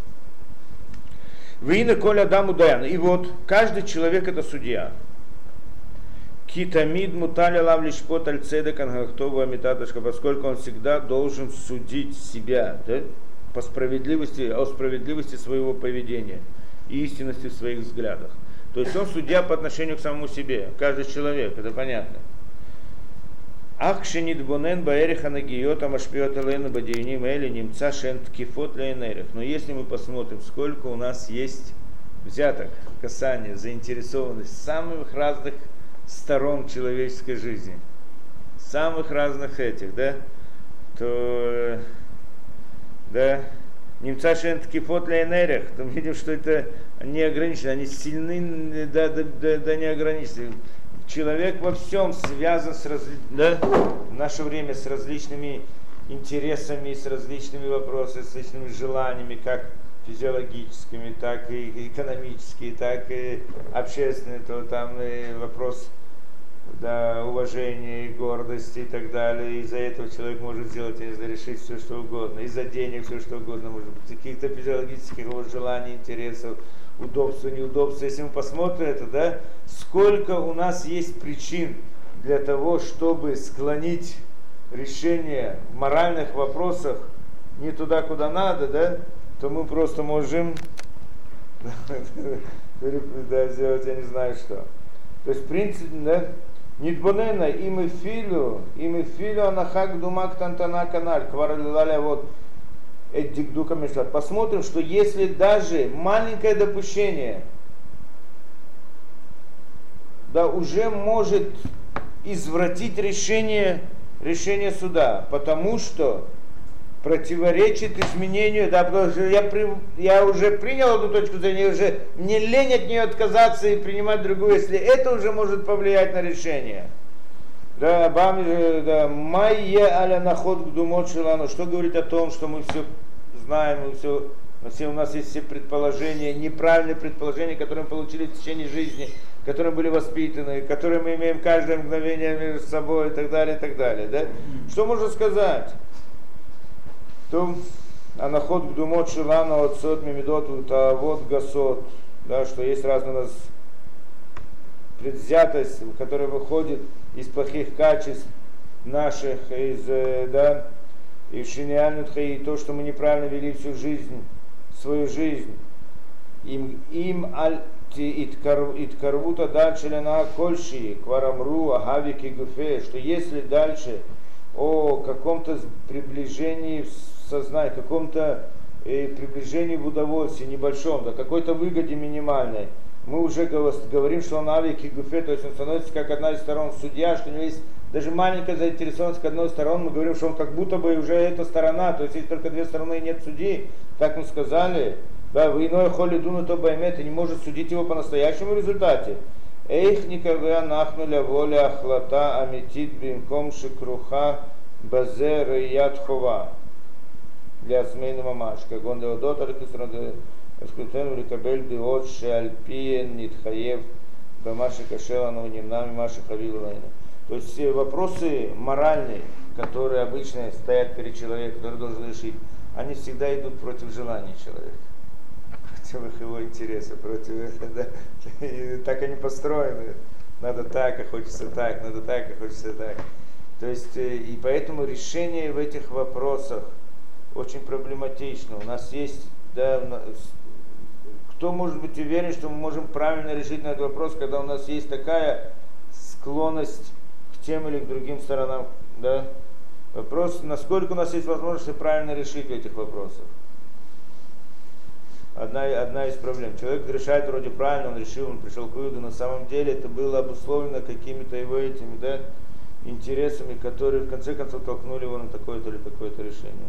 Вина коля даму даян. И вот, каждый человек это судья. Китамид муталя лавлишпот альцедек ангахтова амитаташка, поскольку он всегда должен судить себя, да? О справедливости своего поведения и истинности в своих взглядах. То есть он судья по отношению к самому себе, каждый человек, это понятно. Ахшенит бонен баэриха нагиота машпиот элэна бадиюним эли немца шент кифот лэйнэрих. Но если мы посмотрим, сколько у нас есть взяток, касания, заинтересованность с самых разных сторон человеческой жизни, самых разных этих, да, то, да, немца шент кифот лэйнэрих, то мы видим, что это не ограничено, они сильны, да, не ограничены. Человек во всем связан в наше время с различными интересами, с различными вопросами, с различными желаниями, как физиологическими, так и экономическими, так и общественные, то там и вопрос, да, уважения и гордости и так далее. Из-за этого человек может сделать, я не знаю, решить все, что угодно. Из-за денег все, что угодно, может быть, каких-то физиологических желаний, интересов, удобства, неудобства. Если мы посмотрим это, да, сколько у нас есть причин для того, чтобы склонить решение в моральных вопросах не туда, куда надо, да, то мы просто можем сделать, я не знаю что. То есть, в принципе, да, Нитбонена им и филю анахак думак тантана каналь, кваралиляля вот эддикдука мишлат. Посмотрим, что если даже маленькое допущение, да, уже может извратить решение суда, потому что противоречит изменению, да, потому что я уже принял эту точку зрения, уже мне лень от нее отказаться и принимать другую, если это уже может повлиять на решение. Да, да, майе аля наход гдумот шелану, что говорит о том, что мы все знаем, у нас есть все предположения, неправильные предположения, которые мы получили в течение жизни, которые были воспитаны, которые мы имеем каждое мгновение между собой и так далее, да? Что можно сказать? То анаход гдумот шилану отсот мимидот вот гасот, да, что есть разная у нас предвзятость, которая выходит из плохих качеств наших, да, и шиниальнутха, и то, что мы неправильно вели всю жизнь, свою жизнь, им аль иткарвута дальше лена кольши, кварамру, агавики гуфе, что если дальше о каком-то приближении в сознании, каком-то приближении в удовольствии небольшом, да, какой-то выгоде минимальной, мы уже говорим, что он авики гуфе, то есть он становится как одна из сторон судья, что у него есть даже маленькая заинтересованность к одной стороне, мы говорим, что он как будто бы уже эта сторона, то есть есть только две стороны и нет судьи, так мы сказали, да, в иной холли дуну то баймет и не может судить его по настоящему результате. Эйх никаве анахнуля воля ахлата аметит бинком шикруха базер и ядхова для смейна мамаш, как он деодот аликисраде эскутен уликабель деот шеальпиен нитхаев бамаши кашела наунинами маши хавилулайна. То есть все вопросы моральные, которые обычно стоят перед человеком, который должен решить, они всегда идут против желания человека, против его интереса, против этого, да? И так они построены. Надо так, а хочется так, надо так, а хочется так. То есть, и поэтому решение в этих вопросах очень проблематично. У нас есть, да, кто может быть уверен, что мы можем правильно решить на этот вопрос, когда у нас есть такая склонность к тем или к другим сторонам, да? Вопрос, насколько у нас есть возможность правильно решить в этих вопросах. Одна из проблем. Человек решает вроде правильно, он решил, он пришел к выводу, на самом деле это было обусловлено какими-то его этими, да, интересами, которые в конце концов толкнули его на такое-то или такое-то решение.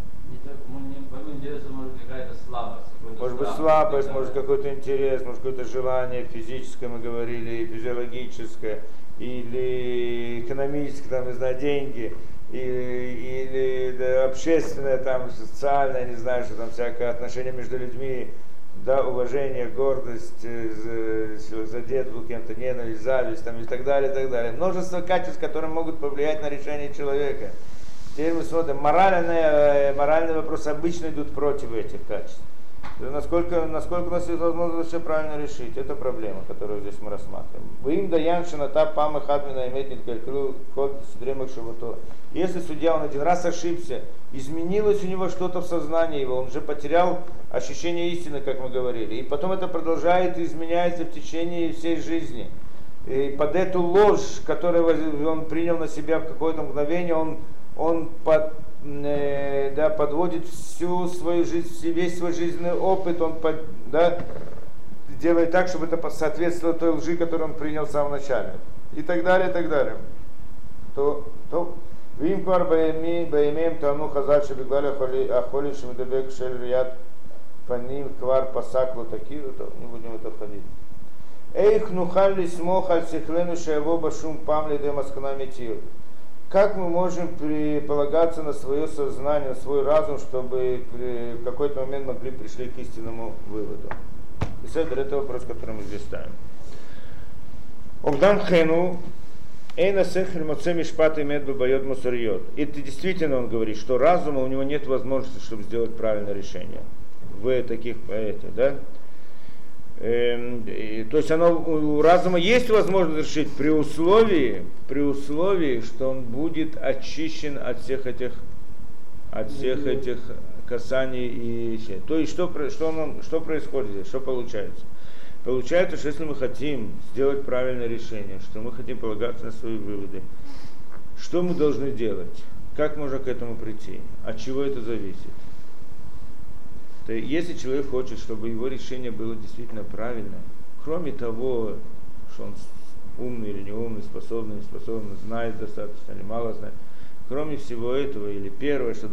Может какая-то слабость. Может быть слабость, может какой-то интерес, может какое-то желание физическое, мы говорили, физиологическое, или экономическое, там, не знаю, деньги, или да, общественное, там, социальное, не знаю, что там всякое отношение между людьми, да, уважение, гордость, задеть кем-то, ненависть, зависть, там, и так далее, и так далее. Множество качеств, которые могут повлиять на решение человека. Теперь мы смотрим, моральные вопросы обычно идут против этих качеств. Насколько у нас есть возможность все правильно решить, это проблема, которую здесь мы рассматриваем. Вы им даем шината памы хадмина иметь неткалькру код с дремах шабато. Если судья, он один раз ошибся, изменилось у него что-то в сознании его, он уже потерял ощущение истины, как мы говорили. И потом это продолжает и изменяется в течение всей жизни. И под эту ложь, которую он принял на себя в какое-то мгновение, он подводит всю свою жизнь, весь свой жизненный опыт, он делает так, чтобы это соответствовало той лжи, которую он принял в самом начале. И так далее, и так далее. То Вим квар баимеем тану хазар шебеглали ахоли шемедебек шель рият паним квар пасаклу такие, не будем в это входить. Эйх нухалли смох аль сихлену шеево башум памли де масканамитил. Как мы можем полагаться на свое сознание, на свой разум, чтобы в какой-то момент пришли к истинному выводу? И это вопрос, который мы здесь ставим. Огдам хэну эйна сехель моце мишпат имеет бабайот мусарьот. Это действительно он говорит, что разума у него нет возможности, чтобы сделать правильное решение. В таких, да? То есть у разума есть возможность решить при условии, при условии, что он будет очищен от всех этих касаний и то есть что происходит здесь, что получается? Получается, что если мы хотим сделать правильное решение, что мы хотим полагаться на свои выводы, что мы должны делать? Как можно к этому прийти? От чего это зависит? То есть, если человек хочет, чтобы его решение было действительно правильное, кроме того, что он умный или не умный, способный, не способный, знает достаточно или мало знает, кроме всего этого, или первое, что